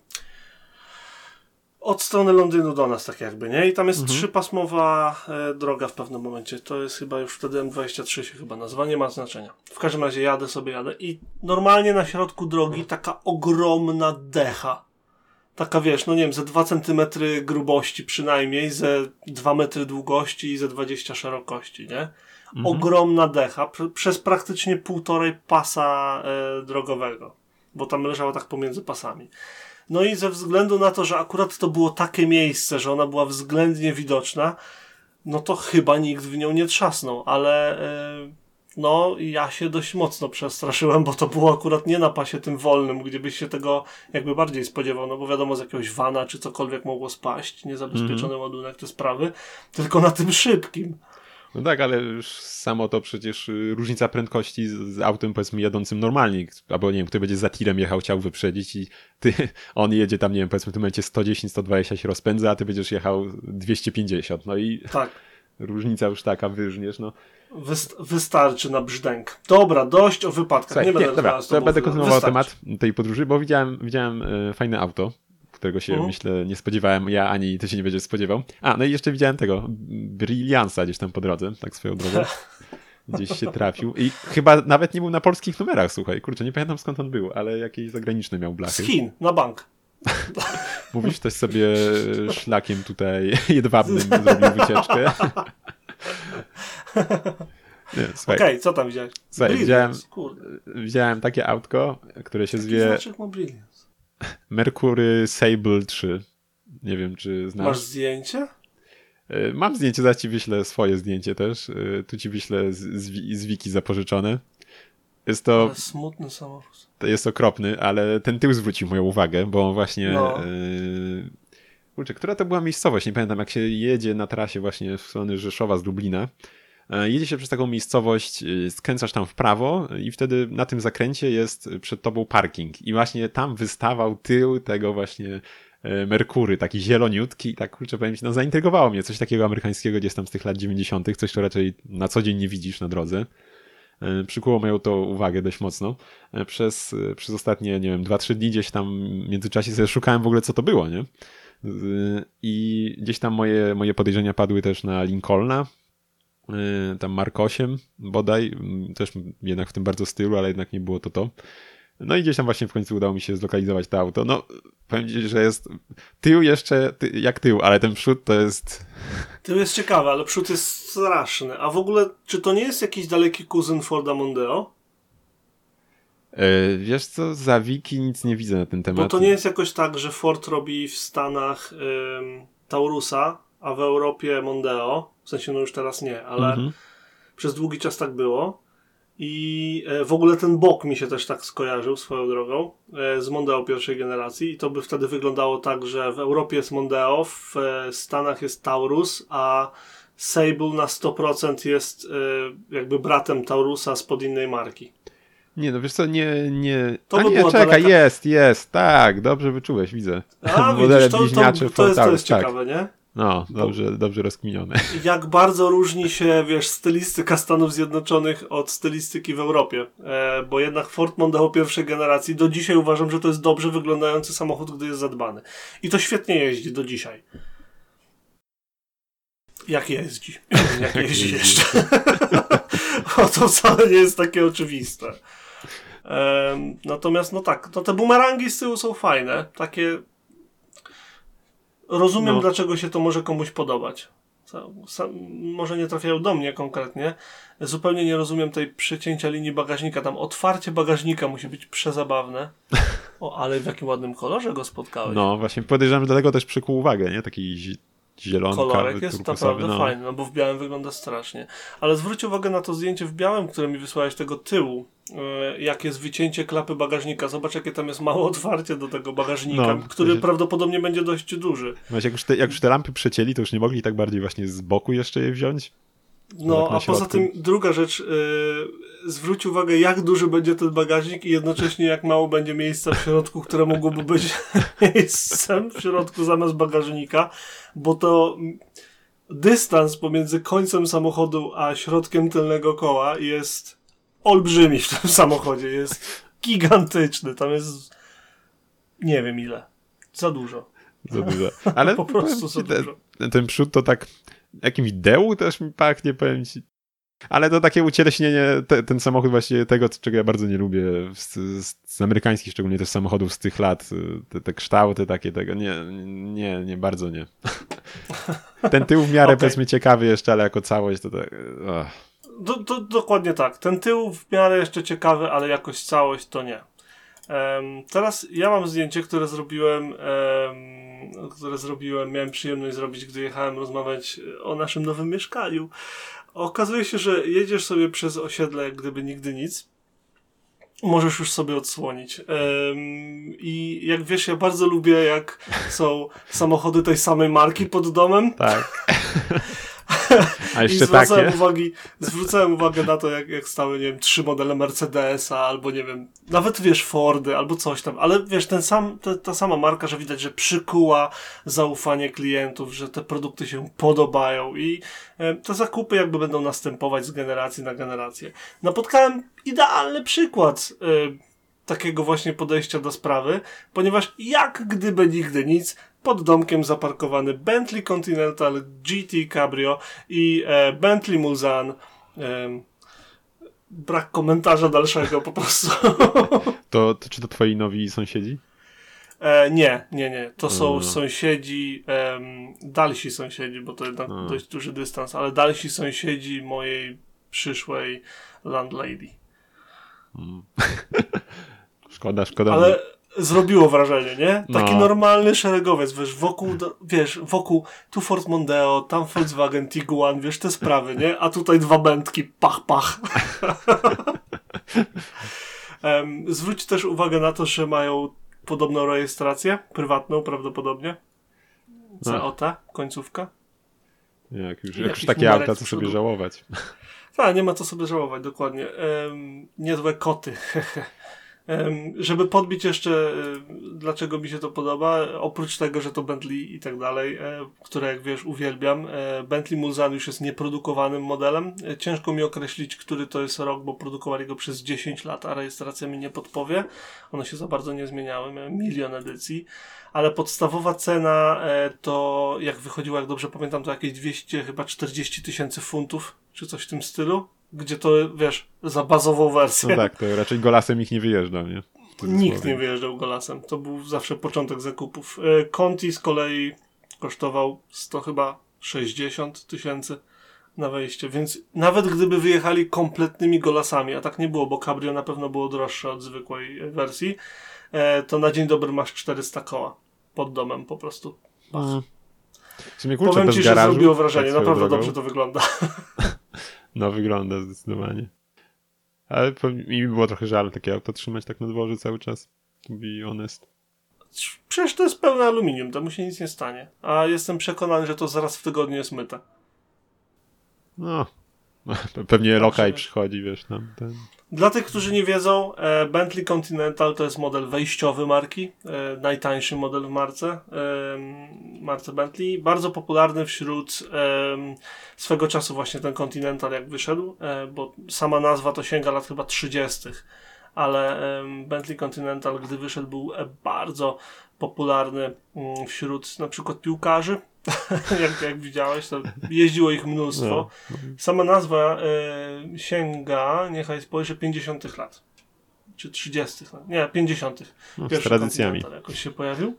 od strony Londynu do nas, tak jakby, nie? I tam jest mhm. trzypasmowa e, droga w pewnym momencie. To jest chyba już wtedy M dwadzieścia trzy się chyba nazywa, nie ma znaczenia. W każdym razie jadę sobie, jadę i normalnie na środku drogi taka ogromna decha. Taka, wiesz, no nie wiem, ze dwa centymetry grubości przynajmniej, ze dwa metry długości i ze dwadzieścia szerokości, nie? Mhm. Ogromna decha pr- przez praktycznie półtorej pasa e, drogowego, bo tam leżała tak pomiędzy pasami. No i ze względu na to, że akurat to było takie miejsce, że ona była względnie widoczna, no to chyba nikt w nią nie trzasnął, ale yy, no ja się dość mocno przestraszyłem, bo to było akurat nie na pasie tym wolnym, gdzie byś się tego jakby bardziej spodziewał, no bo wiadomo, z jakiegoś vana czy cokolwiek mogło spaść, niezabezpieczony mm. ładunek, te sprawy, tylko na tym szybkim. No tak, ale już samo to przecież różnica prędkości z, z autem, powiedzmy, jadącym normalnie, albo nie wiem, który będzie za tirem jechał, chciał wyprzedzić i ty, on jedzie tam, nie wiem, powiedzmy w tym momencie sto dziesięć sto dwadzieścia się rozpędza, a ty będziesz jechał dwieście pięćdziesiąt, no i tak. Różnica już taka, wyżniesz, no. Wyst- wystarczy na brzdęk. Dobra, dość o wypadkach. Słuchaj, nie będę nie, dobra, to ja będę kontynuował temat tej podróży, bo widziałem, widziałem e, fajne auto, którego się, uh-huh. myślę, nie spodziewałem ja, ani ty się nie będziesz spodziewał. A, no i jeszcze widziałem tego Brilliansa gdzieś tam po drodze, tak swoją drogą. gdzieś się trafił. I chyba nawet nie był na polskich numerach, słuchaj. Kurczę, nie pamiętam skąd on był, ale jakieś zagraniczne miał blachy. Z Chin, na bank. Mówisz, ktoś sobie szlakiem tutaj jedwabnym zrobił wycieczkę. Okej, okay, co tam wziąłeś? Słuchaj, widziałem, widziałem takie autko, które się Taki zwie Mercury Sable trzy. Nie wiem, czy znasz. Masz zdjęcie? Mam zdjęcie, zaraz ci wyślę swoje zdjęcie też. Tu ci wyślę z, z, z wiki zapożyczone. Jest to... Ale smutny samochód. To jest okropny, ale ten tył zwrócił moją uwagę, bo właśnie... No. Yy, kurczę, która to była miejscowość? Nie pamiętam, jak się jedzie na trasie właśnie w stronę Rzeszowa z Lublina. Jedzie się przez taką miejscowość, skręcasz tam w prawo i wtedy na tym zakręcie jest przed tobą parking. I właśnie tam wystawał tył tego właśnie Mercury, taki zieloniutki i tak, kurczę, powiem ci, no zaintrygowało mnie. Coś takiego amerykańskiego gdzieś tam z tych lat dziewięćdziesiątych, coś, co raczej na co dzień nie widzisz na drodze. Przykuło moją to uwagę dość mocno. Przez, przez ostatnie, nie wiem, dwa trzy dni gdzieś tam w międzyczasie sobie szukałem w ogóle, co to było, nie? I gdzieś tam moje, moje podejrzenia padły też na Lincolna, tam Mark osiem bodaj, też jednak w tym bardzo stylu, ale jednak nie było to to. No i gdzieś tam właśnie w końcu udało mi się zlokalizować to auto. No, powiem ci, że jest tył jeszcze ty, jak tył, ale ten przód to jest... Tył jest ciekawy, ale przód jest straszny. A w ogóle, czy to nie jest jakiś daleki kuzyn Forda Mondeo? Yy, wiesz co, za wiki nic nie widzę na ten temat. Bo to nie jest jakoś tak, że Ford robi w Stanach ym, Taurusa, a w Europie Mondeo. W sensie, no już teraz nie, ale mhm. przez długi czas tak było. I w ogóle ten bok mi się też tak skojarzył swoją drogą z Mondeo pierwszej generacji i to by wtedy wyglądało tak, że w Europie jest Mondeo, w Stanach jest Taurus, a Sable na sto procent jest jakby bratem Taurusa spod innej marki. Nie, no wiesz co, nie, nie... To a by nie, było czekaj, daleka... jest, jest, tak, dobrze wyczułeś, widzę. A, widzisz, to, to, to, jest, to jest ciekawe, tak. Nie? No, dobrze, dobrze rozkminione. Jak bardzo różni się, wiesz, stylistyka Stanów Zjednoczonych od stylistyki w Europie. E, bo jednak Ford Mondeo pierwszej generacji do dzisiaj uważam, że to jest dobrze wyglądający samochód, gdy jest zadbany. I to świetnie jeździ do dzisiaj. Jak jeździ? Jak jeździ jeszcze? O, to wcale nie jest takie oczywiste. E, natomiast, no tak, no te bumerangi z tyłu są fajne. Takie... Rozumiem, no. Dlaczego się to może komuś podobać. Sam, może nie trafiają do mnie konkretnie. Zupełnie nie rozumiem tej przecięcia linii bagażnika. Tam otwarcie bagażnika musi być przezabawne. O, ale w jakim ładnym kolorze go spotkałeś. No właśnie, podejrzewam, że dlatego też przykuł uwagę, nie? Taki zielonka. Kolorek jest naprawdę no. fajny, no bo w białym wygląda strasznie. Ale zwróć uwagę na to zdjęcie w białym, które mi wysłałeś tego tyłu. Yy, jak jest wycięcie klapy bagażnika. Zobacz, jakie tam jest małe otwarcie do tego bagażnika, no, który właśnie... prawdopodobnie będzie dość duży. Właśnie, jak, już te, jak już te lampy przecięli, to już nie mogli tak bardziej właśnie z boku jeszcze je wziąć? No, tak a poza tym druga rzecz, yy, zwróć uwagę, jak duży będzie ten bagażnik i jednocześnie jak mało będzie miejsca w środku, które mogłoby być miejscem w środku zamiast bagażnika, bo to dystans pomiędzy końcem samochodu a środkiem tylnego koła jest olbrzymi w tym samochodzie, jest gigantyczny, tam jest nie wiem ile, za dużo. Za dużo, ale po prostu za dużo. Ten, ten przód to tak jakimś dełu też mi pachnie, powiem ci. Ale to takie ucieleśnienie, te, ten samochód właśnie tego, czego ja bardzo nie lubię z, z, z amerykańskich, szczególnie też samochodów z tych lat, te, te kształty takie tego, nie, nie, nie, bardzo nie. Ten tył w miarę okay. powiedzmy ciekawy jeszcze, ale jako całość to tak... Oh. Do, do, dokładnie tak. Ten tył w miarę jeszcze ciekawy, ale jakoś całość to nie. Um, teraz ja mam zdjęcie, które zrobiłem um, które zrobiłem, miałem przyjemność zrobić, gdy jechałem rozmawiać o naszym nowym mieszkaniu. Okazuje się, że jedziesz sobie przez osiedle jak gdyby nigdy nic. Możesz już sobie odsłonić. Um, I jak wiesz, ja bardzo lubię, jak są samochody tej samej marki pod domem. Tak. A jeszcze I zwracałem takie? uwagi, zwrócałem uwagę na to, jak, jak stały, nie wiem, trzy modele Mercedesa, albo nie wiem, nawet wiesz, Fordy, albo coś tam, ale wiesz, ten sam, ta, ta sama marka, że widać, że przykuła zaufanie klientów, że te produkty się podobają i e, te zakupy jakby będą następować z generacji na generację. Napotkałem idealny przykład e, takiego właśnie podejścia do sprawy, ponieważ jak gdyby nigdy nic, pod domkiem zaparkowany Bentley Continental G T Cabrio i e, Bentley Mulsanne. E, brak komentarza dalszego po prostu. To, to czy to twoi nowi sąsiedzi? E, nie, nie, nie. To są no. sąsiedzi, em, dalsi sąsiedzi, bo to jednak no. dość duży dystans, ale dalsi sąsiedzi mojej przyszłej landlady. Hmm. szkoda, szkoda. Ale mnie. Zrobiło wrażenie, nie? Taki no. normalny szeregowiec, wiesz, wokół, wiesz, wokół tu Ford Mondeo, tam Volkswagen Tiguan, wiesz, te sprawy, nie? A tutaj dwa Bentki, pach, pach. um, zwróć też uwagę na to, że mają podobną rejestrację, prywatną prawdopodobnie. C O T, końcówka. Jak już, jak już takie auta, co sobie żałować. Tak, nie ma co sobie żałować, dokładnie. Um, niezłe koty. um, żeby podbić jeszcze, um, dlaczego mi się to podoba, oprócz tego, że to Bentley i tak dalej, e, które jak wiesz uwielbiam, e, Bentley Mulsanne już jest nieprodukowanym modelem. E, ciężko mi określić, który to jest rok, bo produkowali go przez dziesięć lat, a rejestracja mi nie podpowie. One się za bardzo nie zmieniały, miałem milion edycji. Ale podstawowa cena e, to, jak wychodziło, jak dobrze pamiętam, to jakieś dwieście, chyba czterdzieści tysięcy funtów, czy coś w tym stylu, gdzie to, wiesz, za bazową wersję. No tak, to raczej golasem ich nie wyjeżdżał, nie? Nikt nie wyjeżdżał golasem. To był zawsze początek zakupów. E, Conti z kolei kosztował sto chyba sześćdziesiąt tysięcy na wejście, więc nawet gdyby wyjechali kompletnymi golasami, a tak nie było, bo Cabrio na pewno było droższe od zwykłej wersji, to na dzień dobry masz czterysta koła pod domem po prostu. Hmm. W sumie, kurczę, powiem bez ci, garażu, że zrobiło wrażenie. tak Naprawdę drogą. dobrze to wygląda. No wygląda zdecydowanie. Ale mi było trochę żal takie auto trzymać tak na dworze cały czas. To be honest. Przecież to jest pełne aluminium, to mu się nic nie stanie. A jestem przekonany, że to zaraz w tygodniu jest myte. No. Pewnie lokaj przychodzi, wiesz, tam ten... Dla tych, którzy nie wiedzą, e, Bentley Continental to jest model wejściowy marki, e, najtańszy model w marce, e, marce Bentley, bardzo popularny wśród e, swego czasu właśnie ten Continental jak wyszedł, e, bo sama nazwa to sięga lat chyba trzydziestych, ale e, Bentley Continental, gdy wyszedł, był e, bardzo popularny m, wśród na przykład piłkarzy. jak, jak widziałeś, to jeździło ich mnóstwo. No. Sama nazwa y, sięga, niechaj spojrzę, pięćdziesiątych lat. Czy trzydziestych lat. Nie, pięćdziesiątych. No, z tradycjami. Jakoś się pojawił.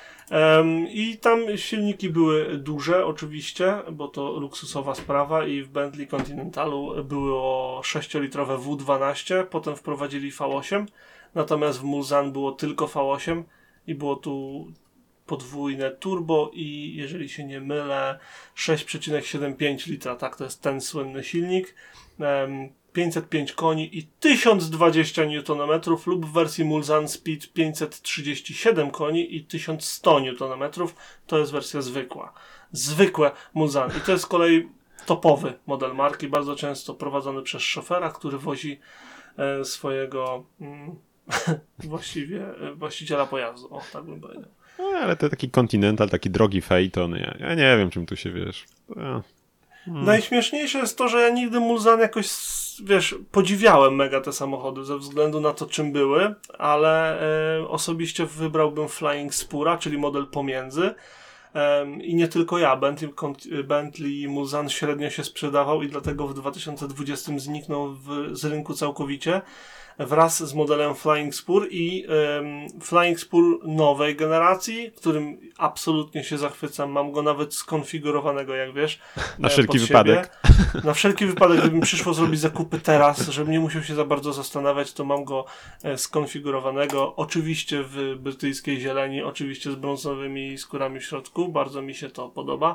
Um, I tam silniki były duże oczywiście, bo to luksusowa sprawa i w Bentley Continentalu było sześciolitrowe W dwanaście, potem wprowadzili V osiem, natomiast w Mulsanne było tylko V osiem i było tu podwójne turbo i, jeżeli się nie mylę, sześć przecinek siedemdziesiąt pięć litra, tak, to jest ten słynny silnik, um, pięćset pięć koni i tysiąc dwadzieścia niutonometrów lub w wersji Mulsanne Speed pięćset trzydzieści siedem koni i tysiąc sto niutonometrów, to jest wersja zwykła. Zwykłe Mulsanne i to jest z kolei topowy model marki, bardzo często prowadzony przez szofera, który wozi e, swojego mm, właściwie e, właściciela pojazdu, o, tak bym powiedział. No, ale to taki Continental, taki drogi Phaeton, ja, ja nie wiem, czym tu się, wiesz... Ja. Hmm. Najśmieszniejsze jest to, że ja nigdy Mulsanne jakoś, wiesz, podziwiałem mega te samochody ze względu na to, czym były, ale e, osobiście wybrałbym Flying Spura, czyli model pomiędzy. E, I nie tylko ja, Bentley, Bentley Mulsanne średnio się sprzedawał i dlatego w dwa tysiące dwudziestym zniknął w, z rynku całkowicie, wraz z modelem Flying Spur i um, Flying Spur nowej generacji, którym absolutnie się zachwycam. Mam go nawet skonfigurowanego, jak wiesz. Na wszelki wypadek. Na wszelki wypadek, gdyby mi przyszło zrobić zakupy teraz, żebym nie musiał się za bardzo zastanawiać, to mam go e, skonfigurowanego. Oczywiście w brytyjskiej zieleni, oczywiście z brązowymi skórami w środku. Bardzo mi się to podoba.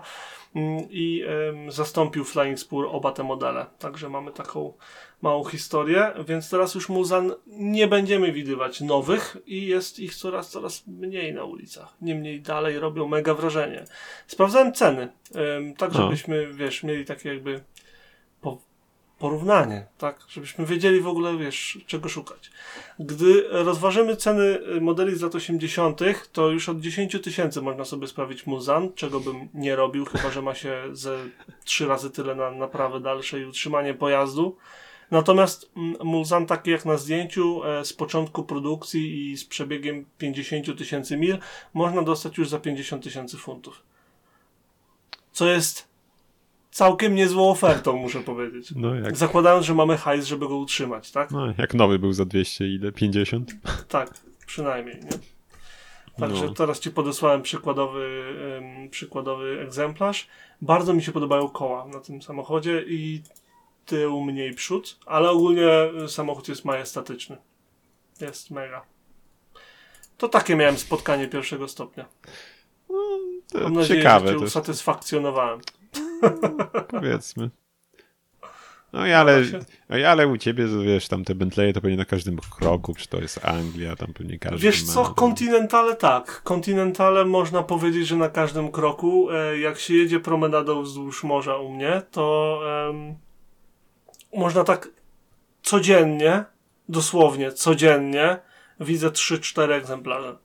I um, zastąpił Flying Spur oba te modele. Także mamy taką małą historię, więc teraz już Mulsanne nie będziemy widywać nowych i jest ich coraz, coraz mniej na ulicach. Niemniej dalej robią mega wrażenie. Sprawdzałem ceny, um, tak żebyśmy, no. wiesz, mieli takie jakby po, porównanie, tak, żebyśmy wiedzieli w ogóle, wiesz, czego szukać. Gdy rozważymy ceny modeli z lat osiemdziesiątych, to już od dziesięć tysięcy można sobie sprawić Mulsanne, czego bym nie robił, chyba że ma się ze trzy razy tyle na naprawy dalsze i utrzymanie pojazdu. Natomiast Mulsanne, takie jak na zdjęciu, e, z początku produkcji i z przebiegiem pięćdziesiąt tysięcy mil, można dostać już za pięćdziesiąt tysięcy funtów. Co jest całkiem niezłą ofertą, muszę powiedzieć. No jak... Zakładając, że mamy hajs, żeby go utrzymać, tak? No, jak nowy był za dwieście, ile? pięćdziesiąt? Tak, przynajmniej, nie? Także No. teraz ci podesłałem przykładowy, um, przykładowy egzemplarz. Bardzo mi się podobają koła na tym samochodzie i tył mniej przód, ale ogólnie samochód jest majestatyczny. Jest mega. To takie miałem spotkanie pierwszego stopnia. No, to Mam nadzieję, ciekawe. że cię To usatysfakcjonowałem. powiedzmy. No i ale, no i ale u ciebie, wiesz, tam te Bentleye to pewnie na każdym kroku, czy to jest Anglia, tam pewnie każdy Wiesz ma, co, tam... Continentale tak. Continentale można powiedzieć, że na każdym kroku. E, jak się jedzie promenadą wzdłuż morza u mnie, to em, można tak codziennie, dosłownie codziennie, widzę trzy cztery egzemplarze.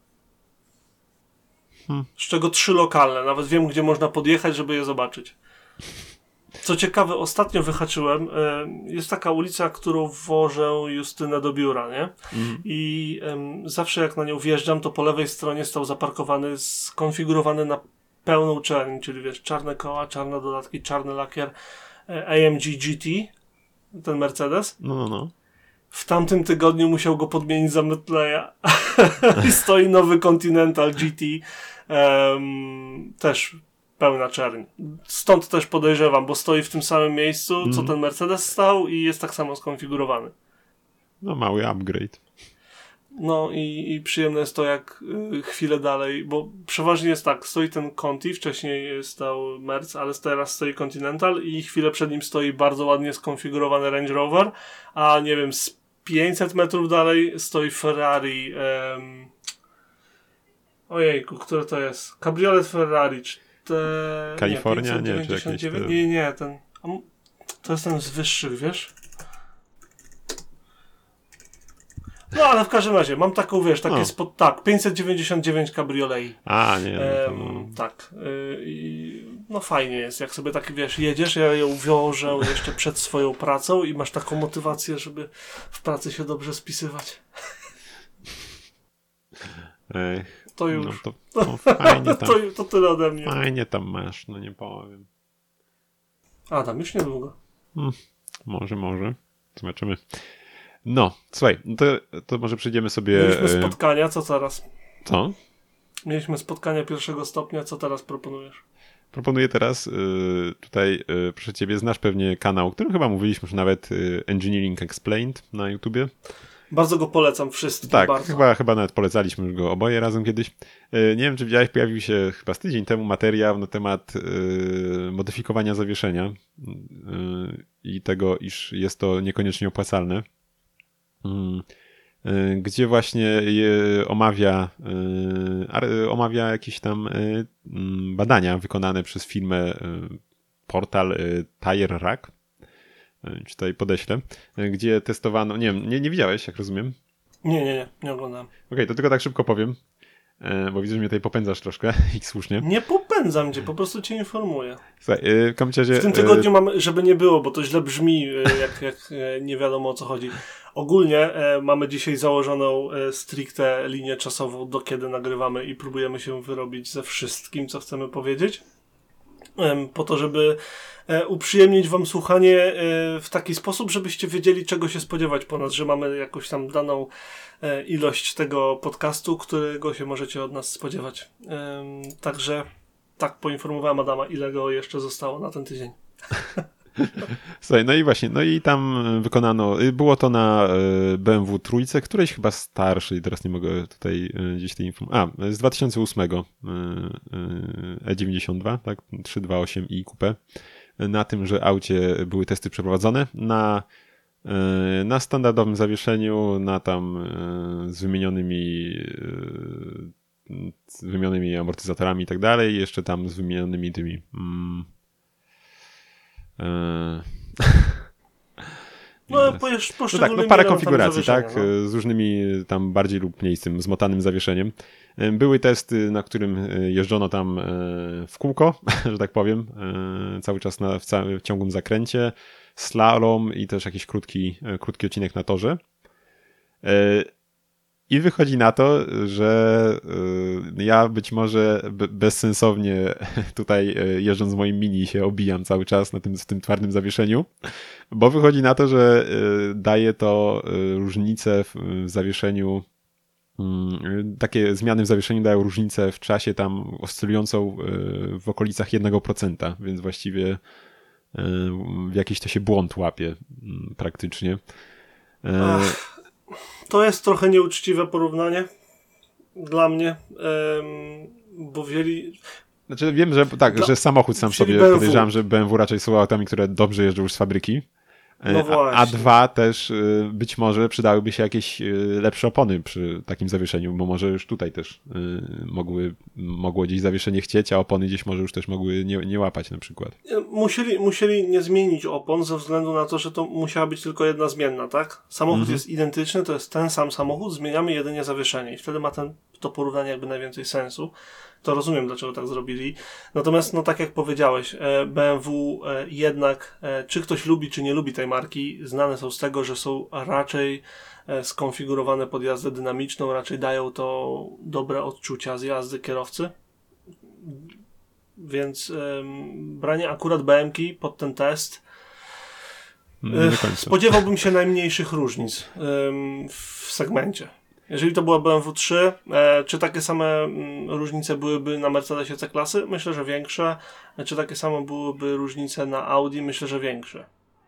Hmm. Z czego trzy lokalne. Nawet wiem, gdzie można podjechać, żeby je zobaczyć. Co ciekawe, ostatnio wyhaczyłem, y, jest taka ulica, którą wożę Justynę do biura, nie? Mhm. I y, zawsze jak na nią wjeżdżam, to po lewej stronie stał zaparkowany, skonfigurowany na pełną czerń, czyli wiesz, czarne koła, czarne dodatki, czarny lakier, y, A M G G T, ten Mercedes. No, no, no. W tamtym tygodniu musiał go podmienić za Bentleya. I stoi nowy Continental G T, um, też pełna czerń. Stąd też podejrzewam, bo stoi w tym samym miejscu, mm. co ten Mercedes stał i jest tak samo skonfigurowany. No mały upgrade. No i, i przyjemne jest to, jak y, chwilę dalej, bo przeważnie jest tak, stoi ten Conti, wcześniej stał Merc, ale teraz stoi Continental i chwilę przed nim stoi bardzo ładnie skonfigurowany Range Rover, a nie wiem, z pięćset metrów dalej stoi Ferrari. Um, ojejku, które to jest? Kabriolet Ferrari. Te, Kalifornia? Nie, nie, czy jakieś... nie, nie, nie, ten. To jest ten z wyższych, wiesz? No, ale w każdym razie, mam taką, wiesz, takie no. spod, tak, pięćset dziewięćdziesiąt dziewięć Cabriolet. A, nie. No, no. no. Tak. Yy, i, no fajnie jest, jak sobie tak, wiesz, jedziesz, ja ją wiążę jeszcze przed swoją pracą i masz taką motywację, żeby w pracy się dobrze spisywać. Ech, to już. No to, to fajnie tam. to, to tyle ode mnie. Fajnie tam masz, no nie powiem. Adam, już niedługo. Hmm, może, może. Zobaczymy. No, słuchaj, to, to może przejdziemy sobie... Mieliśmy spotkania, co teraz? Co? Mieliśmy spotkania pierwszego stopnia, co teraz proponujesz? Proponuję teraz y, tutaj, y, proszę ciebie, znasz pewnie kanał, o którym chyba mówiliśmy już nawet, y, Engineering Explained na YouTubie. Bardzo go polecam wszystkim. Tak, bardzo. Chyba, chyba nawet polecaliśmy już go oboje razem kiedyś. Y, nie wiem, czy widziałeś, pojawił się chyba z tydzień temu materiał na temat y, modyfikowania zawieszenia y, i tego, iż jest to niekoniecznie opłacalne. Gdzie właśnie je omawia, omawia jakieś tam badania wykonane przez firmę portal Tire Rack. Ci tutaj podeślę. Gdzie testowano, nie wiem, nie, nie widziałeś, jak rozumiem? Nie, nie, nie, nie oglądałem. Okej, okay, to tylko tak szybko powiem, bo widzę, że mnie tutaj popędzasz troszkę i słusznie. Nie popędzam cię, po prostu cię informuję. Słuchaj, w komentarze... W tym tygodniu mamy, żeby nie było, bo to źle brzmi, jak, jak nie wiadomo o co chodzi. Ogólnie e, mamy dzisiaj założoną e, stricte linię czasową, do kiedy nagrywamy i próbujemy się wyrobić ze wszystkim, co chcemy powiedzieć. E, po to, żeby e, uprzyjemnić wam słuchanie e, w taki sposób, żebyście wiedzieli, czego się spodziewać po nas, że mamy jakąś tam daną e, ilość tego podcastu, którego się możecie od nas spodziewać. E, także tak poinformowałem Adama, ile go jeszcze zostało na ten tydzień. Słuchaj, no i właśnie, no i tam wykonano, było to na B M W trójce, którejś chyba starszej, teraz nie mogę tutaj gdzieś tej informacji, a, z dwa tysiące ósmego E dziewięćdziesiąt dwa, tak, trzysta dwadzieścia osiem i Coupe. Na tym, że aucie były testy przeprowadzone na, na standardowym zawieszeniu, na tam z wymienionymi z wymienionymi amortyzatorami i tak dalej, jeszcze tam z wymienionymi tymi mm, No, po, po no tak, no parę konfiguracji, tak, no. Z różnymi tam bardziej lub mniej z tym zmotanym zawieszeniem. Były testy, na którym jeżdżono tam w kółko, że tak powiem, cały czas na, w, całym, w ciągłym zakręcie, slalom i też jakiś krótki, krótki odcinek na torze. I wychodzi na to, że y, ja być może be, bezsensownie tutaj y, jeżdżąc z moim mini się obijam cały czas na tym, w tym twardym zawieszeniu, bo wychodzi na to, że y, daje to y, różnicę w, w zawieszeniu, y, takie zmiany w zawieszeniu dają różnicę w czasie tam oscylującą y, w okolicach jednego procenta, więc właściwie y, w jakiś to się błąd łapie y, praktycznie. Y, Ach. To jest trochę nieuczciwe porównanie dla mnie, bo wzięli... Znaczy wiem, że tak, dla... że samochód sam sobie B M W. Podejrzewam, że B M W raczej są autami, które dobrze jeżdżą już z fabryki. No a, a dwa też być może przydałyby się jakieś lepsze opony przy takim zawieszeniu, bo może już tutaj też mogły, mogło gdzieś zawieszenie chcieć, a opony gdzieś może już też mogły nie, nie łapać na przykład. Musieli, musieli nie zmienić opon ze względu na to, że to musiała być tylko jedna zmienna, tak? Samochód mhm. jest identyczny, to jest ten sam samochód, zmieniamy jedynie zawieszenie i wtedy ma ten, to porównanie jakby najwięcej sensu. To rozumiem, dlaczego tak zrobili. Natomiast, no tak jak powiedziałeś, B M W jednak, czy ktoś lubi, czy nie lubi tej marki, znane są z tego, że są raczej skonfigurowane pod jazdę dynamiczną, raczej dają to dobre odczucia z jazdy kierowcy. Więc um, branie akurat B M ki pod ten test um, spodziewałbym się najmniejszych różnic um, w segmencie. Jeżeli to była B M W trzy, e, czy takie same m, różnice byłyby na Mercedesie C-klasy? Myślę, że większe. E, czy takie same byłyby różnice na Audi? Myślę, że większe.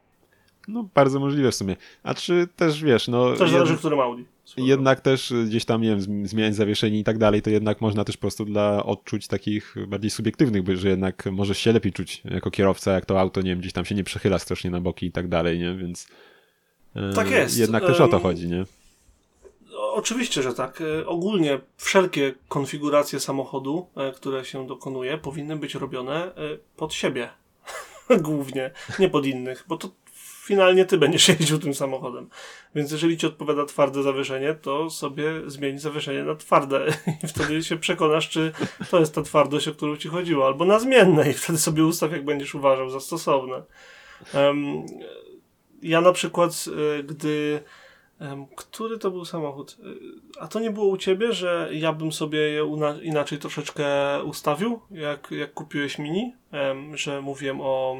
No, bardzo możliwe w sumie. A czy też wiesz, no... Też zależy, jed... którym Audi. Jednak też gdzieś tam, nie wiem, zmieniać zawieszenie i tak dalej, to jednak można też po prostu dla odczuć takich bardziej subiektywnych, że jednak możesz się lepiej czuć jako kierowca, jak to auto, nie wiem, gdzieś tam się nie przechyla strasznie na boki i tak dalej, nie? Więc... E, tak jest. Jednak też um... o to chodzi, nie? Oczywiście, że tak. Ogólnie wszelkie konfiguracje samochodu, które się dokonuje, powinny być robione pod siebie. Głównie, nie pod innych, bo to finalnie ty będziesz jeździł tym samochodem. Więc jeżeli ci odpowiada twarde zawieszenie, to sobie zmień zawieszenie na twarde i wtedy się przekonasz, czy to jest ta twardość, o którą ci chodziło, albo na zmienne i wtedy sobie ustaw, jak będziesz uważał za stosowne. Um, ja na przykład, gdy który to był samochód? A to nie było u ciebie, że ja bym sobie je una- inaczej troszeczkę ustawił, jak, jak kupiłeś Mini? Um, że mówiłem o,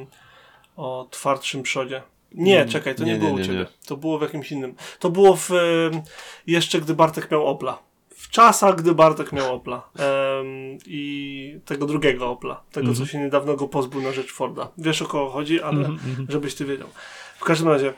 o twardszym przodzie. Nie, czekaj, to nie, nie było nie, nie, u ciebie. Nie. To było w jakimś innym. To było w jeszcze gdy Bartek miał Opla. W czasach, gdy Bartek miał Opla. Um, I tego drugiego Opla. Tego, mm-hmm. co się niedawno go pozbył na rzecz Forda. Wiesz, o kogo chodzi, ale mm-hmm. żebyś ty wiedział. W każdym razie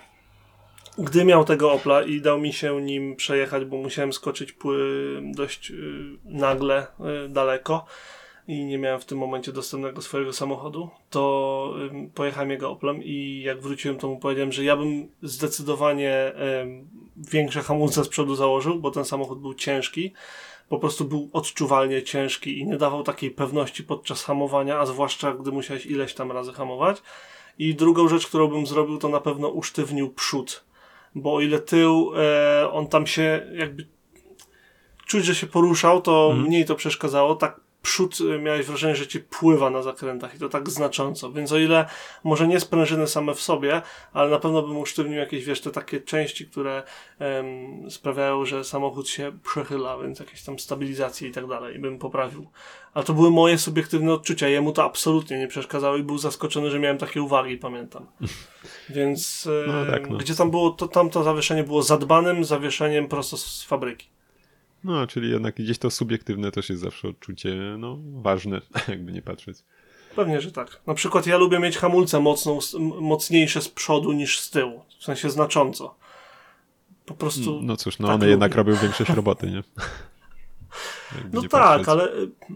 gdy miał tego Opla i dał mi się nim przejechać, bo musiałem skoczyć pły dość y, nagle, y, daleko i nie miałem w tym momencie dostępnego swojego samochodu, to y, pojechałem jego Oplem i jak wróciłem, to mu powiedziałem, że ja bym zdecydowanie y, większe hamulce z przodu założył, bo ten samochód był ciężki, po prostu był odczuwalnie ciężki i nie dawał takiej pewności podczas hamowania, a zwłaszcza gdy musiałeś ileś tam razy hamować. I drugą rzecz, którą bym zrobił, to na pewno usztywnił przód. Bo o ile tył, e, on tam się jakby czuć, że się poruszał, to mm. mniej to przeszkadzało. Tak przód e, miałeś wrażenie, że ci pływa na zakrętach i to tak znacząco. Więc o ile może nie sprężyny same w sobie, ale na pewno bym usztywnił jakieś, wiesz, te takie części, które em, sprawiają, że samochód się przechyla, więc jakieś tam stabilizacje i tak dalej bym poprawił. Ale to były moje subiektywne odczucia. Jemu to absolutnie nie przeszkadzało i był zaskoczony, że miałem takie uwagi, pamiętam. Więc e, no tak, no. Gdzie tam było, to tam to zawieszenie było zadbanym zawieszeniem prosto z fabryki. No, czyli jednak gdzieś to subiektywne też jest zawsze odczucie, no, ważne, jakby nie patrzeć. Pewnie, że tak. Na przykład ja lubię mieć hamulce mocną, mocniejsze z przodu niż z tyłu. W sensie znacząco. Po prostu... No cóż, no tak one lubię. jednak robią większość roboty, nie? No tak, patrzeć. Ale...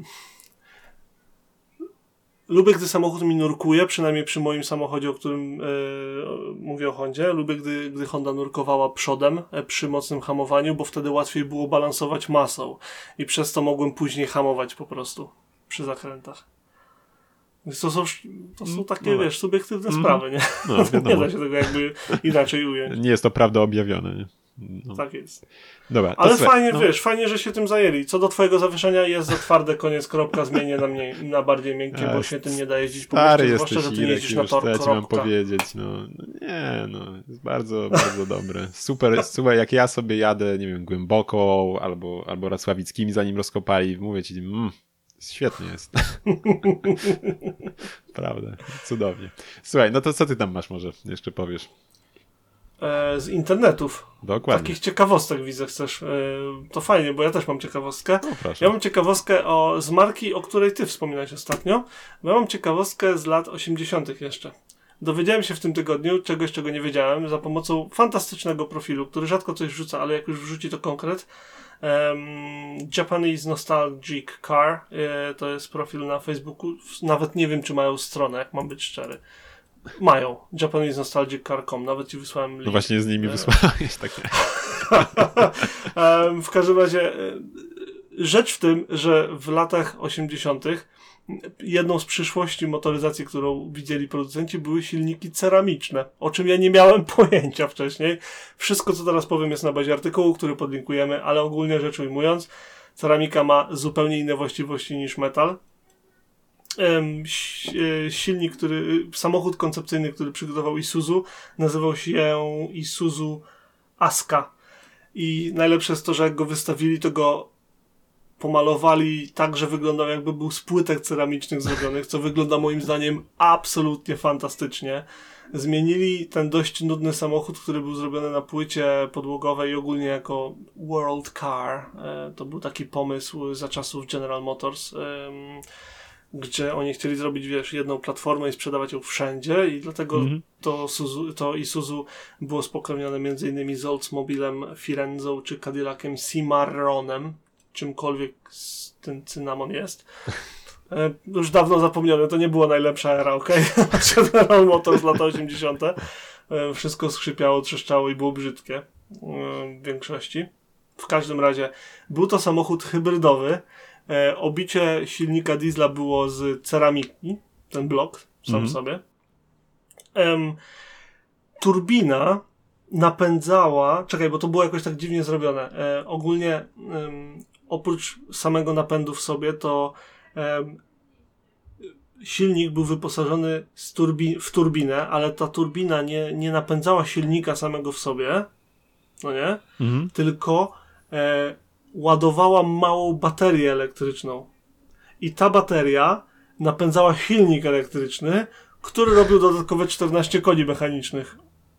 Lubię, gdy samochód mi nurkuje, przynajmniej przy moim samochodzie, o którym yy, mówię o Hondzie. Lubię, gdy, gdy Honda nurkowała przodem yy, przy mocnym hamowaniu, bo wtedy łatwiej było balansować masą i przez to mogłem później hamować po prostu przy zakrętach. Więc to są, to są takie, no, wiesz, subiektywne mm. sprawy, nie? No, nie da się tego jakby inaczej ująć. Nie jest to prawda objawione, nie? No. Tak jest. Dobra, ale słuchaj, fajnie, no. wiesz, fajnie, że się tym zajęli. Co do twojego zawieszenia, jest za twarde, koniec, kropka, zmienię na, mnie, na bardziej miękkie, bo się tym nie da jeździć po mieście, zwłaszcza, że ty nie jeździsz na tor, kropka. Mam powiedzieć, no, no nie, no, jest bardzo, bardzo dobre. Super, super, jak ja sobie jadę, nie wiem, Głęboką albo, albo Racławickimi, zanim rozkopali, mówię ci, mm, świetnie jest. Prawda, cudownie. Słuchaj, no to co ty tam masz może, jeszcze powiesz? Z internetów. Dokładnie. Takich ciekawostek widzę, chcesz. To fajnie, bo ja też mam ciekawostkę. No, ja mam ciekawostkę o, z marki, o której ty wspominałeś ostatnio. Bo ja mam ciekawostkę z lat osiemdziesiątych jeszcze. Dowiedziałem się w tym tygodniu czegoś, czego nie wiedziałem, za pomocą fantastycznego profilu, który rzadko coś wrzuca, ale jak już wrzuci, to konkret. Um, Japanese Nostalgic Car. E, to jest profil na Facebooku. Nawet nie wiem, czy mają stronę, jak mam być szczery. Mają. Japanese Nostalgic Car kropka com. Nawet ci wysłałem link. No właśnie z nimi wysłałeś takie. W każdym razie rzecz w tym, że w latach osiemdziesiątych jedną z przyszłości motoryzacji, którą widzieli producenci, były silniki ceramiczne, o czym ja nie miałem pojęcia wcześniej. Wszystko, co teraz powiem, jest na bazie artykułu, który podlinkujemy, ale ogólnie rzecz ujmując, ceramika ma zupełnie inne właściwości niż metal. Silnik, który, samochód koncepcyjny, który przygotował Isuzu, nazywał się Isuzu Aska. I najlepsze jest to, że jak go wystawili, to go pomalowali tak, że wyglądał jakby był z płytek ceramicznych zrobionych, co wygląda moim zdaniem absolutnie fantastycznie. Zmienili ten dość nudny samochód, który był zrobiony na płycie podłogowej i ogólnie jako World Car. To był taki pomysł za czasów General Motors, gdzie oni chcieli zrobić, wiesz, jedną platformę i sprzedawać ją wszędzie i dlatego mm-hmm. to, Suzu, to Isuzu było spokrewnione między innymi z Oldsmobilem Firenzą czy Cadillacem Cimarronem, czymkolwiek ten cynamon jest. E, już dawno zapomniane, to nie była najlepsza era, okej? Okay? General Motors lata osiemdziesiąte. E, wszystko skrzypiało, trzeszczało i było brzydkie e, w większości. W każdym razie był to samochód hybrydowy. E, obicie silnika diesla było z ceramiki, ten blok sam mm. sobie. E, turbina napędzała, czekaj, bo to było jakoś tak dziwnie zrobione. E, ogólnie e, oprócz samego napędu w sobie, to e, silnik był wyposażony z turbi- w turbinę, ale ta turbina nie, nie napędzała silnika samego w sobie, no nie? Mm. Tylko e, ładowała małą baterię elektryczną. I ta bateria napędzała silnik elektryczny, który robił dodatkowe czternaście koni mechanicznych.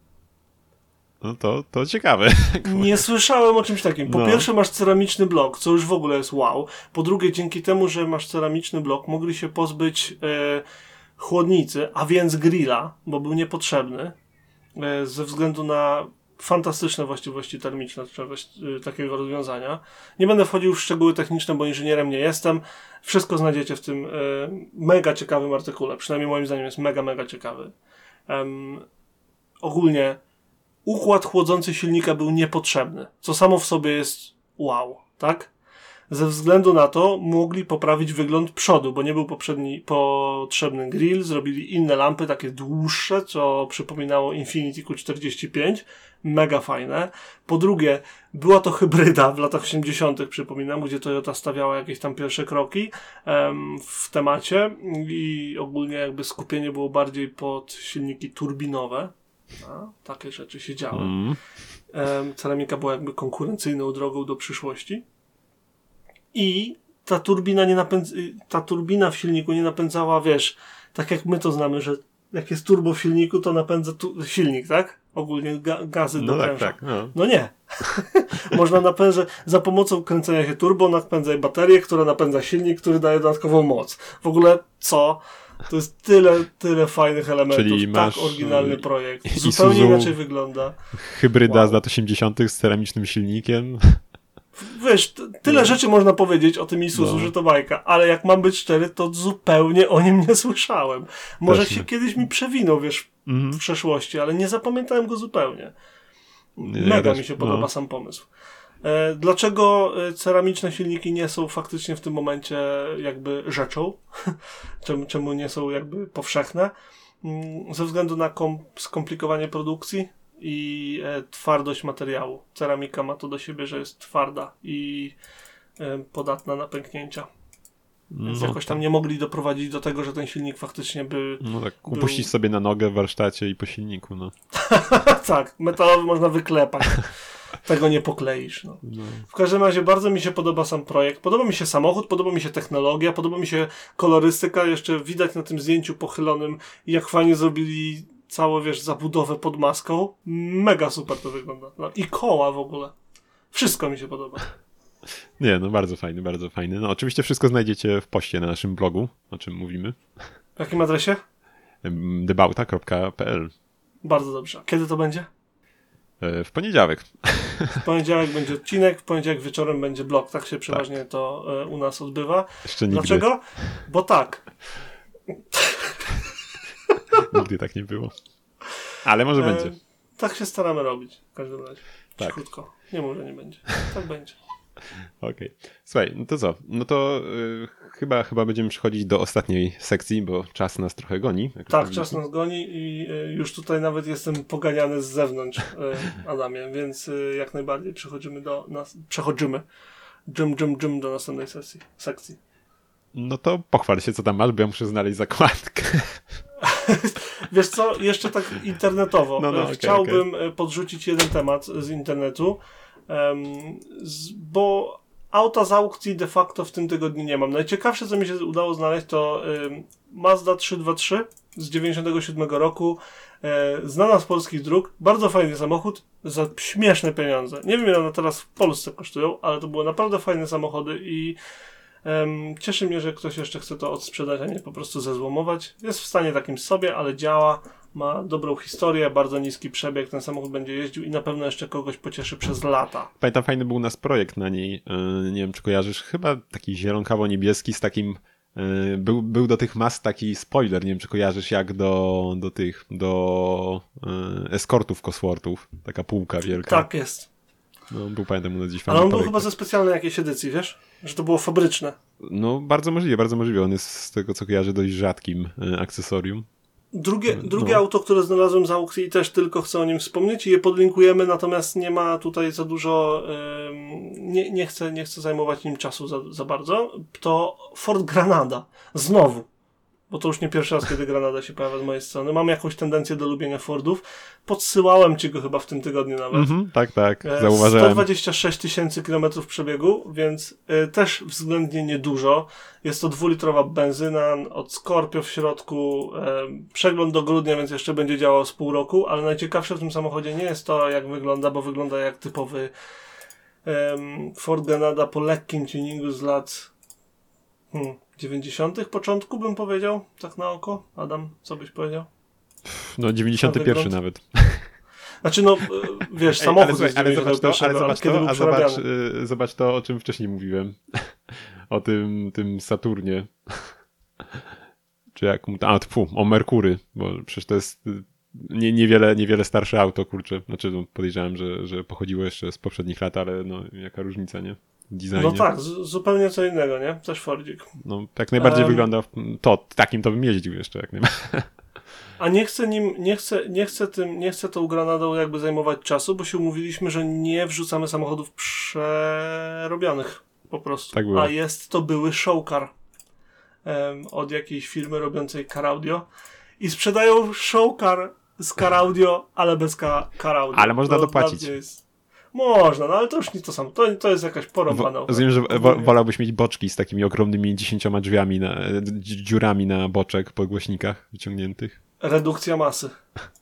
No to, to ciekawe. Nie słyszałem o czymś takim. Po no. pierwsze masz ceramiczny blok, co już w ogóle jest wow. Po drugie, dzięki temu, że masz ceramiczny blok, mogli się pozbyć e, chłodnicy, a więc grilla, bo był niepotrzebny, e, ze względu na fantastyczne właściwości termiczne czegoś e, takiego rozwiązania. Nie będę wchodził w szczegóły techniczne, bo inżynierem nie jestem. Wszystko znajdziecie w tym e, mega ciekawym artykule. Przynajmniej moim zdaniem jest mega, mega ciekawy. Um, ogólnie układ chłodzący silnika był niepotrzebny, co samo w sobie jest wow, tak? Ze względu na to mogli poprawić wygląd przodu, bo nie był poprzedni, potrzebny grill, zrobili inne lampy, takie dłuższe, co przypominało Infiniti Q czterdzieści pięć, mega fajne. Po drugie, była to hybryda w latach osiemdziesiątych, przypominam, gdzie Toyota stawiała jakieś tam pierwsze kroki um, w temacie i ogólnie jakby skupienie było bardziej pod silniki turbinowe. A, takie rzeczy się działy. Mm. Um, ceramika była jakby konkurencyjną drogą do przyszłości. I ta turbina nie napędza, ta turbina w silniku nie napędzała, wiesz, tak jak my to znamy, że jak jest turbo w silniku, to napędza tu, silnik, tak? Ogólnie ga, gazy no do tak, tak, no. no nie. Można napędzać, za pomocą kręcenia się turbo napędzać baterię, która napędza silnik, który daje dodatkową moc. W ogóle co? To jest tyle, tyle fajnych elementów. Czyli masz tak oryginalny projekt. Isuzu, zupełnie inaczej wygląda. Hybryda wow. z lat osiemdziesiątych z ceramicznym silnikiem. Wiesz, t- tyle no. rzeczy można powiedzieć o tym Isuzu, no. że to bajka, ale jak mam być szczery, to zupełnie o nim nie słyszałem. Może Też się nie. kiedyś mi przewinął, wiesz, mm. w przeszłości, ale nie zapamiętałem go zupełnie. Nie, Mega ja mi się no. podoba sam pomysł. E, dlaczego ceramiczne silniki nie są faktycznie w tym momencie jakby rzeczą? czemu, czemu nie są jakby powszechne? Ze względu na kom- skomplikowanie produkcji i e, twardość materiału. Ceramika ma to do siebie, że jest twarda i e, podatna na pęknięcia. Więc no, jakoś tam nie mogli doprowadzić do tego, że ten silnik faktycznie by... No tak, był... upuścić sobie na nogę w warsztacie i po silniku, no. Tak, metalowy można wyklepać. Tego nie pokleisz. No. no. W każdym razie bardzo mi się podoba sam projekt. Podoba mi się samochód, podoba mi się technologia, podoba mi się kolorystyka. Jeszcze widać na tym zdjęciu pochylonym, jak fajnie zrobili całą, wiesz, zabudowę pod maską. Mega super to wygląda. No, i koła w ogóle. Wszystko mi się podoba. Nie, no bardzo fajny, bardzo fajny. No oczywiście wszystko znajdziecie w poście na naszym blogu, o czym mówimy. W jakim adresie? debauta kropka p l. Bardzo dobrze. Kiedy to będzie? W poniedziałek. W poniedziałek będzie odcinek, w poniedziałek wieczorem będzie blog. Tak się przeważnie tak. to e, u nas odbywa. Jeszcze nigdy. Dlaczego? Bo tak. Nigdy tak nie było. Ale może e, będzie. Tak się staramy robić w każdym razie. Tak. Cichutko. Nie mów, że nie będzie. Tak będzie. Okej. Okay. Słuchaj, no to co? No to y, chyba, chyba będziemy przechodzić do ostatniej sekcji, bo czas nas trochę goni. Tak, czas nas goni i y, już tutaj nawet jestem poganiany z zewnątrz, y, Adamie, więc y, jak najbardziej przechodzimy do nas, przechodzimy dżum, dżum, dżum do następnej sesji, sekcji. No to pochwal się, co tam masz, bo ja muszę znaleźć zakładkę. Wiesz co, jeszcze tak internetowo. No, no, okay, Chciałbym okay. podrzucić jeden temat z internetu, um, z, bo auta z aukcji de facto w tym tygodniu nie mam. Najciekawsze, co mi się udało znaleźć, to um, Mazda trzysta dwadzieścia trzy z dziewięćdziesiątego siódmego roku, e, znana z polskich dróg, bardzo fajny samochód za śmieszne pieniądze. Nie wiem, ile one teraz w Polsce kosztują, ale to były naprawdę fajne samochody i Um, cieszy mnie, że ktoś jeszcze chce to odsprzedać, a nie po prostu zezłomować. Jest w stanie takim sobie, ale działa, ma dobrą historię, bardzo niski przebieg, ten samochód będzie jeździł i na pewno jeszcze kogoś pocieszy przez lata. Pamiętam, fajny był u nas projekt na niej, yy, nie wiem czy kojarzysz, chyba taki zielonkawo-niebieski z takim, yy, był, był do tych mas taki spoiler, nie wiem czy kojarzysz, jak do, do tych, do yy, eskortów Cosworthów, taka półka wielka. Tak jest. No, był, pamiętam, u nas gdzieś fajny Ale on projekt. był chyba ze specjalnej jakiejś edycji, wiesz? Że to było fabryczne. No, bardzo możliwe, bardzo możliwe. On jest z tego, co kojarzę, dość rzadkim y, akcesorium. Drugie, no. drugie auto, które znalazłem z aukcji i też tylko chcę o nim wspomnieć i je podlinkujemy, natomiast nie ma tutaj za dużo, ym, nie, nie, chcę, nie chcę zajmować nim czasu za, za bardzo, to Ford Granada. Znowu. Bo to już nie pierwszy raz, kiedy Granada się pojawia z mojej strony. Mam jakąś tendencję do lubienia Fordów. Podsyłałem ci go chyba w tym tygodniu nawet. Mm-hmm, tak, tak, zauważyłem. sto dwadzieścia sześć tysięcy kilometrów przebiegu, więc y, też względnie niedużo. Jest to dwulitrowa benzyna od Scorpio w środku. Y, przegląd do grudnia, więc jeszcze będzie działał z pół roku, ale najciekawsze w tym samochodzie nie jest to, jak wygląda, bo wygląda jak typowy y, Ford Granada po lekkim tuningu z lat... Hmm. dziewięćdziesiątych początku bym powiedział, tak na oko. Adam, co byś powiedział? No dziewięćdziesiąty pierwszy nawet. Znaczy no, wiesz, samochód Ej, ale, ale zobacz to, ale zobacz ale to, a zobacz, y, zobacz to, o czym wcześniej mówiłem. O tym, tym Saturnie. Czy jak mu tam, a fu, o Merkury, bo przecież to jest nie, niewiele, niewiele starsze auto, kurczę. Znaczy no, podejrzewam, że, że pochodziło jeszcze z poprzednich lat, ale no jaka różnica, nie? Designie. No tak, z- zupełnie co innego, nie? Też Fordzik. No, tak najbardziej um, wygląda to, takim to bym jeździł jeszcze jak najbardziej. A nie chcę nim, nie chcę, nie chcę tym, nie chcę tą Granadą jakby zajmować czasu, bo się umówiliśmy, że nie wrzucamy samochodów przerobionych po prostu. Tak było. A jest to były showcar um, od jakiejś firmy robiącej car audio i sprzedają showcar z car audio, ale bez car, car audio. Ale można to dopłacić. jest... Można, no ale to już nie to samo. To, to jest jakaś porąbana. Rozumiem, że wo- wolałbyś mieć boczki z takimi ogromnymi dziesięcioma drzwiami, na, dziurami na boczek po głośnikach wyciągniętych. Redukcja masy.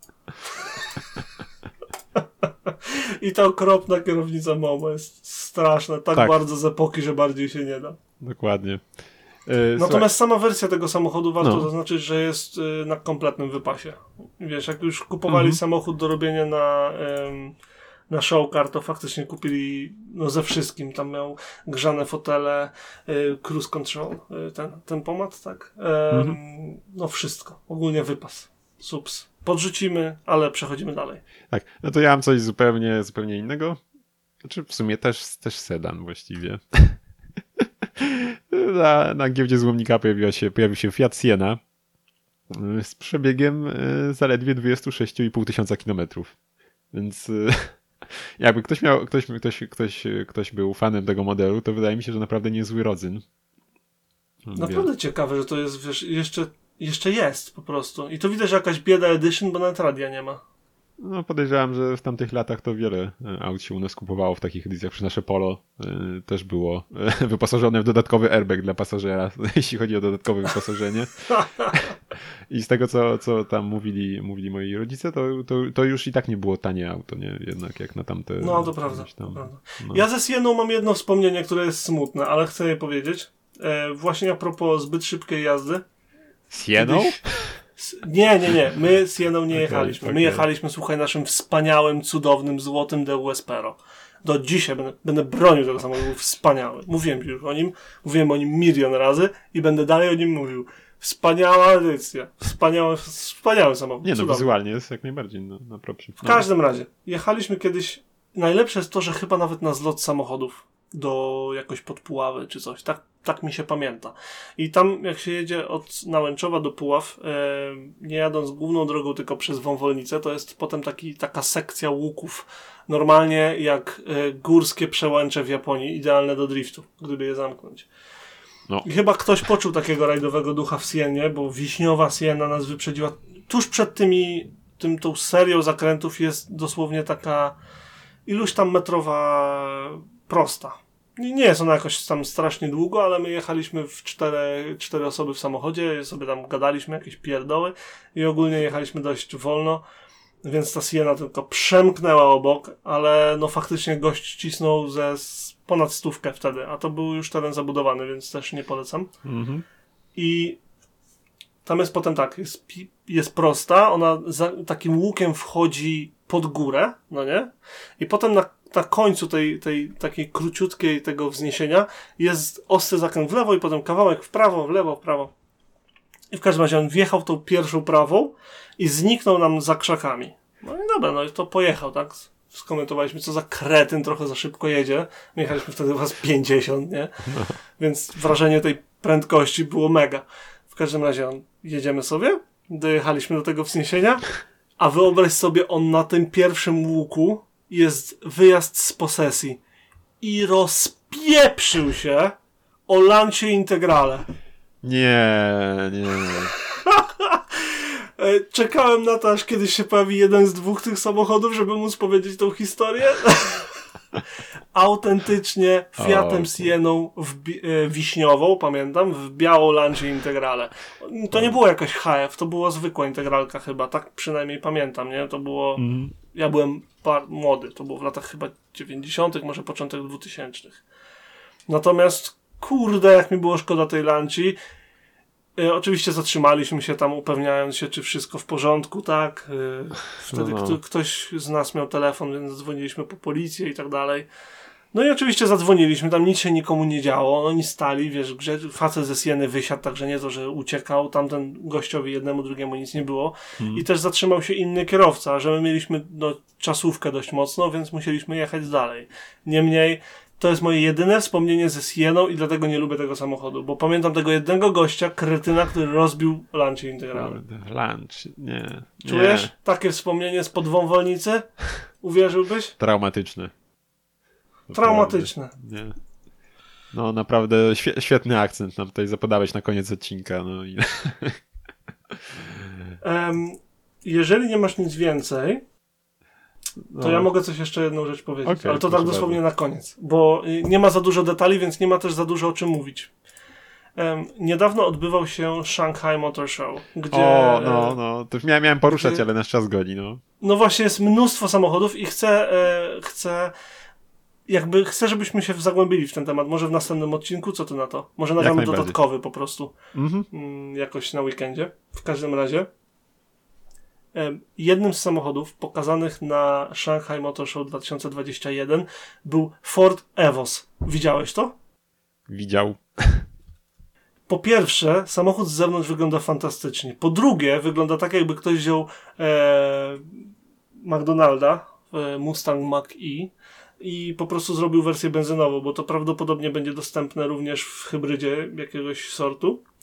I ta okropna kierownica Momo jest straszna. Tak, tak bardzo z epoki, że bardziej się nie da. Dokładnie. Yy, Natomiast sama wersja tego samochodu warto no. zaznaczyć, że jest y, na kompletnym wypasie. Wiesz, jak już kupowali mhm. samochód do robienia na... Ym, na showcar, to faktycznie kupili no ze wszystkim. Tam miał grzane fotele, y, cruise control, y, ten, ten pomad, tak? Ym, mhm. No wszystko. Ogólnie wypas. Subs. Podrzucimy, ale przechodzimy dalej. Tak, no to ja mam coś zupełnie, zupełnie innego. Znaczy w sumie też, też sedan właściwie. na, na giełdzie złomnika pojawiła się, pojawił się Fiat Siena z przebiegiem zaledwie dwadzieścia sześć i pół tysiąca kilometrów. Więc jakby ktoś miał, ktoś, ktoś, ktoś, ktoś był fanem tego modelu, to wydaje mi się, że naprawdę niezły rodzyn. Naprawdę Wie... ciekawe, że to jest, wiesz, jeszcze, jeszcze jest po prostu. I to widać, że jakaś bieda edition, bo nawet radia nie ma. No podejrzewam, że w tamtych latach to wiele aut się u nas kupowało w takich edycjach. Przy nasze Polo y, też było y, wyposażone w dodatkowy airbag dla pasażera, jeśli chodzi o dodatkowe wyposażenie. I z tego, co, co tam mówili, mówili moi rodzice, to, to, to już i tak nie było tanie auto, nie? Jednak jak na tamte... No to prawda. Tam, to prawda. No. Ja ze Sieną mam jedno wspomnienie, które jest smutne, ale chcę je powiedzieć. E, właśnie a propos zbyt szybkiej jazdy. Sieną? Kiedyś... Nie, nie, nie. My z Sieną nie jechaliśmy. Okay, My okay. jechaliśmy, słuchaj, naszym wspaniałym, cudownym, złotym D U Espero. Do dzisiaj będę, będę bronił tego samochodu. Był wspaniały. Mówiłem już o nim. Mówiłem o nim milion razy i będę dalej o nim mówił. Wspaniała edycja. Wspaniały, wspaniały samochód. Nie no, cudowny. wizualnie jest jak najbardziej na, na propsie. W każdym razie. Jechaliśmy kiedyś. Najlepsze jest to, że chyba nawet na zlot samochodów do jakoś pod Puławy czy coś. Tak, tak mi się pamięta. I tam jak się jedzie od Nałęczowa do Puław, e, nie jadąc główną drogą, tylko przez Wąwolnicę, to jest potem taki, taka sekcja łuków. Normalnie jak e, górskie przełęcze w Japonii, idealne do driftu, gdyby je zamknąć. No. I chyba ktoś poczuł takiego rajdowego ducha w Sienie, bo wiśniowa Siena nas wyprzedziła. Tuż przed tymi, tym, tą serią zakrętów jest dosłownie taka iluś tam metrowa prosta. Nie jest ona jakoś tam strasznie długo, ale my jechaliśmy w cztery, cztery osoby w samochodzie, sobie tam gadaliśmy jakieś pierdoły i ogólnie jechaliśmy dość wolno, więc ta Siena tylko przemknęła obok, ale no faktycznie gość cisnął ze ponad stówkę wtedy, a to był już teren zabudowany, więc też nie polecam. Mhm. I tam jest potem tak, jest, jest prosta, ona za takim łukiem wchodzi pod górę, no nie? I potem na, na końcu tej, tej takiej króciutkiej tego wzniesienia jest ostry zakręt w lewo i potem kawałek w prawo, w lewo, w prawo. I w każdym razie on wjechał tą pierwszą prawą i zniknął nam za krzakami. No i dobra, no i to pojechał, tak? Skomentowaliśmy, co za kretyn, trochę za szybko jedzie. My jechaliśmy wtedy chyba z pięćdziesiąt, nie? No. Więc wrażenie tej prędkości było mega. W każdym razie on, jedziemy sobie, dojechaliśmy do tego wzniesienia, a wyobraź sobie, on na tym pierwszym łuku jest wyjazd z posesji i rozpieprzył się o Lancia Integrale. Nie, nie. Czekałem na to, aż kiedyś się pojawi jeden z dwóch tych samochodów, żeby móc powiedzieć tą historię. Autentycznie Fiatem Sieną wbi- e, wiśniową, pamiętam, w białą Lancia Integrale. To nie było jakaś H F, to była zwykła integralka chyba, tak przynajmniej pamiętam, nie? To było, mm. ja byłem par- młody, to było w latach chyba dziewięćdziesiątych, może początek dwutysięcznych. Natomiast, kurde, jak mi było szkoda tej Lancii. E, oczywiście zatrzymaliśmy się tam, upewniając się, czy wszystko w porządku, tak? E, wtedy no. kto, ktoś z nas miał telefon, więc dzwoniliśmy po policję i tak dalej. No i oczywiście zadzwoniliśmy, tam nic się nikomu nie działo, oni stali, wiesz, grze, facet ze Sieny wysiadł, także nie to, że uciekał, tamten gościowi jednemu, drugiemu nic nie było. Hmm. I też zatrzymał się inny kierowca, że my mieliśmy no, czasówkę dość mocno, więc musieliśmy jechać dalej. Niemniej to jest moje jedyne wspomnienie ze Sieną i dlatego nie lubię tego samochodu, bo pamiętam tego jednego gościa, kretyna, który rozbił Lancia Integrale. Lunch, nie. Czujesz? Nie. Takie wspomnienie spod Wąwolnicy? Uwierzyłbyś? Traumatyczne. Traumatyczne. Nie. No naprawdę świe- świetny akcent nam tutaj zapodałeś na koniec odcinka. No i... um, jeżeli nie masz nic więcej, to no. ja mogę coś jeszcze jedną rzecz powiedzieć, okay, ale to tak dosłownie bardzo. Na koniec, bo nie ma za dużo detali, więc nie ma też za dużo o czym mówić. Um, niedawno odbywał się Shanghai Motor Show, gdzie... O, no, no, to miałem, miałem poruszać, gdzie, ale nasz czas goni, no. No właśnie, jest mnóstwo samochodów i chcę, e, chcę, jakby chcę, żebyśmy się zagłębili w ten temat, może w następnym odcinku, co ty na to? Może nagramy dodatkowy po prostu, mhm. mm, jakoś na weekendzie. W każdym razie, jednym z samochodów pokazanych na Shanghai Motor Show dwa tysiące dwudziesty pierwszy był Ford Evos. Widziałeś to? Widział. Po pierwsze, samochód z zewnątrz wygląda fantastycznie. Po drugie, wygląda tak, jakby ktoś wziął e, McDonalda, e, Mustang Mach-E i po prostu zrobił wersję benzynową, bo to prawdopodobnie będzie dostępne również w hybrydzie jakiegoś sortu.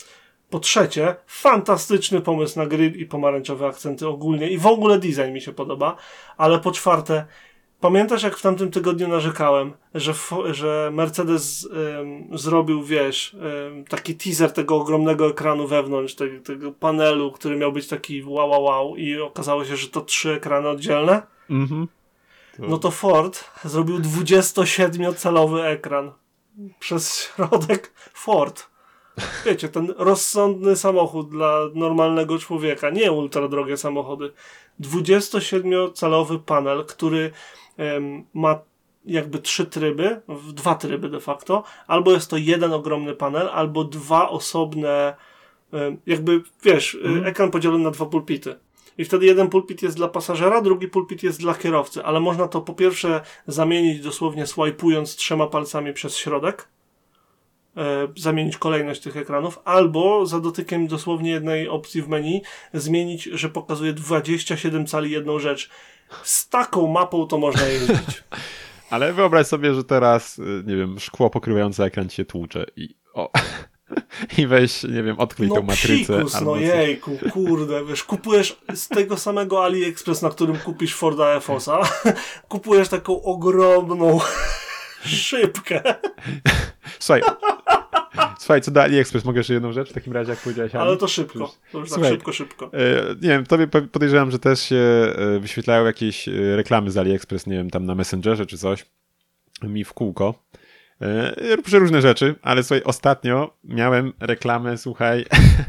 Po trzecie, fantastyczny pomysł na grill i pomarańczowe akcenty ogólnie i w ogóle design mi się podoba, ale po czwarte, pamiętasz jak w tamtym tygodniu narzekałem, że, że Mercedes ym, zrobił, wiesz, ym, taki teaser tego ogromnego ekranu wewnątrz, te, tego panelu, który miał być taki wow, wow, wow i okazało się, że to trzy ekrany oddzielne? Mhm. To... No to Ford zrobił dwudziestosiedmiocalowy ekran przez środek Ford. Wiecie, ten rozsądny samochód dla normalnego człowieka, nie ultra drogie samochody. dwudziestosiedmiocalowy panel, który um, ma jakby trzy tryby, dwa tryby de facto, albo jest to jeden ogromny panel, albo dwa osobne, um, jakby, wiesz, mm. ekran podzielony na dwa pulpity. I wtedy jeden pulpit jest dla pasażera, drugi pulpit jest dla kierowcy, ale można to po pierwsze zamienić dosłownie swajpując trzema palcami przez środek, e, zamienić kolejność tych ekranów, albo za dotykiem dosłownie jednej opcji w menu zmienić, że pokazuje dwadzieścia siedem cali jedną rzecz. Z taką mapą to można jeździć. Ale wyobraź sobie, że teraz, nie wiem, szkło pokrywające ekran ci się tłucze i o... I weź, nie wiem, odkryj no tą matrycę. Psikus, albo no jejku, kurde, wiesz, kupujesz z tego samego AliExpress, na którym kupisz Forda Efosa, kupujesz taką ogromną szybkę. Słuchaj, słuchaj, co do AliExpress, mogę jeszcze jedną rzecz w takim razie, jak powiedziałeś? Ali? Ale to szybko, to już Słuchaj, tak szybko, szybko. E, nie wiem, tobie podejrzewam, że też się wyświetlają jakieś reklamy z AliExpress, nie wiem, tam na Messengerze czy coś, mi w kółko. Różne różne rzeczy, ale słuchaj, ostatnio miałem reklamę, słuchaj,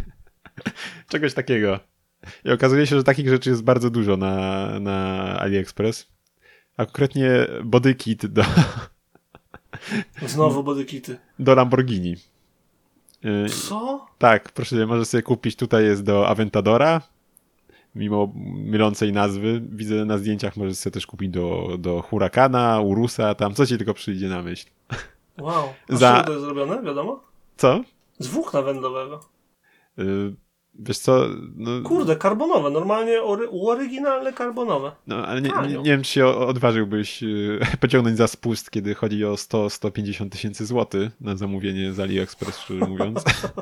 czegoś takiego. I okazuje się, że takich rzeczy jest bardzo dużo na, na AliExpress. A konkretnie bodykit do... Znowu bodykity. Do Lamborghini. Co? Tak, proszę cię, możesz sobie kupić, tutaj jest do Aventadora, mimo mylącej nazwy. Widzę na zdjęciach, możesz sobie też kupić do, do Huracana, Urusa, tam co ci tylko przyjdzie na myśl. Wow. A Za... to jest zrobione, wiadomo? Co? Z włókna węglowego. Yy, wiesz co? No... Kurde, karbonowe. Normalnie ory... oryginalne karbonowe. No, ale nie, nie, nie wiem, czy się odważyłbyś yy, pociągnąć za spust, kiedy chodzi o sto do stu pięćdziesięciu tysięcy złotych na zamówienie z AliExpress, szczerze mówiąc.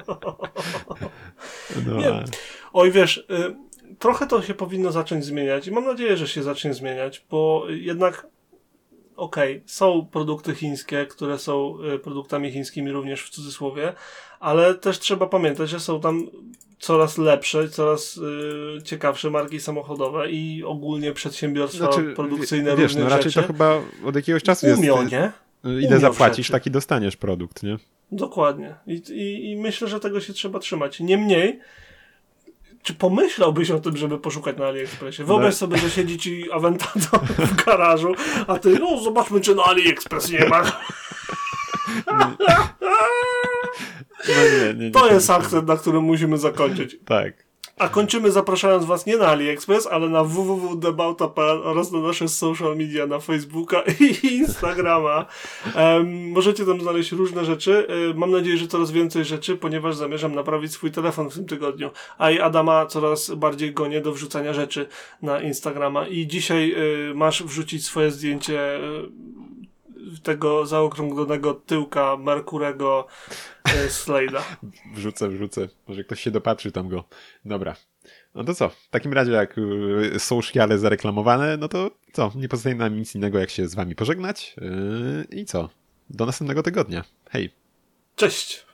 No, nie. a... Oj, wiesz... Y... Trochę to się powinno zacząć zmieniać i mam nadzieję, że się zacznie zmieniać, bo jednak okej, okay, są produkty chińskie, które są y, produktami chińskimi również w cudzysłowie, ale też trzeba pamiętać, że są tam coraz lepsze, coraz y, ciekawsze marki samochodowe i ogólnie przedsiębiorstwa znaczy, produkcyjne wiesz, różnych no raczej rzeczy. To chyba od jakiegoś czasu Umią, jest... nie? Ile Umią zapłacisz, rzeczy. taki dostaniesz produkt, nie? Dokładnie. I, i, I myślę, że tego się trzeba trzymać. Niemniej czy pomyślałbyś o tym, żeby poszukać na AliExpressie? Wyobraź no. sobie, że siedzi ci Aventador w garażu, a ty, no zobaczmy, czy na AliExpress nie ma. No nie, nie, nie, to nie, jest nie. akcent, na którym musimy zakończyć. Tak. A kończymy zapraszając was nie na AliExpress, ale na w w w kropka debauta kropka p l oraz na nasze social media, na Facebooka i Instagrama. Um, możecie tam znaleźć różne rzeczy. Um, mam nadzieję, że coraz więcej rzeczy, ponieważ zamierzam naprawić swój telefon w tym tygodniu. A i Adama coraz bardziej gonię do wrzucania rzeczy na Instagrama. I dzisiaj um, masz wrzucić swoje zdjęcie um, tego zaokrąglonego tyłka Merkurego e, Slade'a. Wrzucę, wrzucę. Może ktoś się dopatrzy tam go. Dobra. No to co? W takim razie jak y, są szkiale zareklamowane, no to co? Nie pozostaje nam nic innego jak się z wami pożegnać. Yy, I co? Do następnego tygodnia. Hej. Cześć.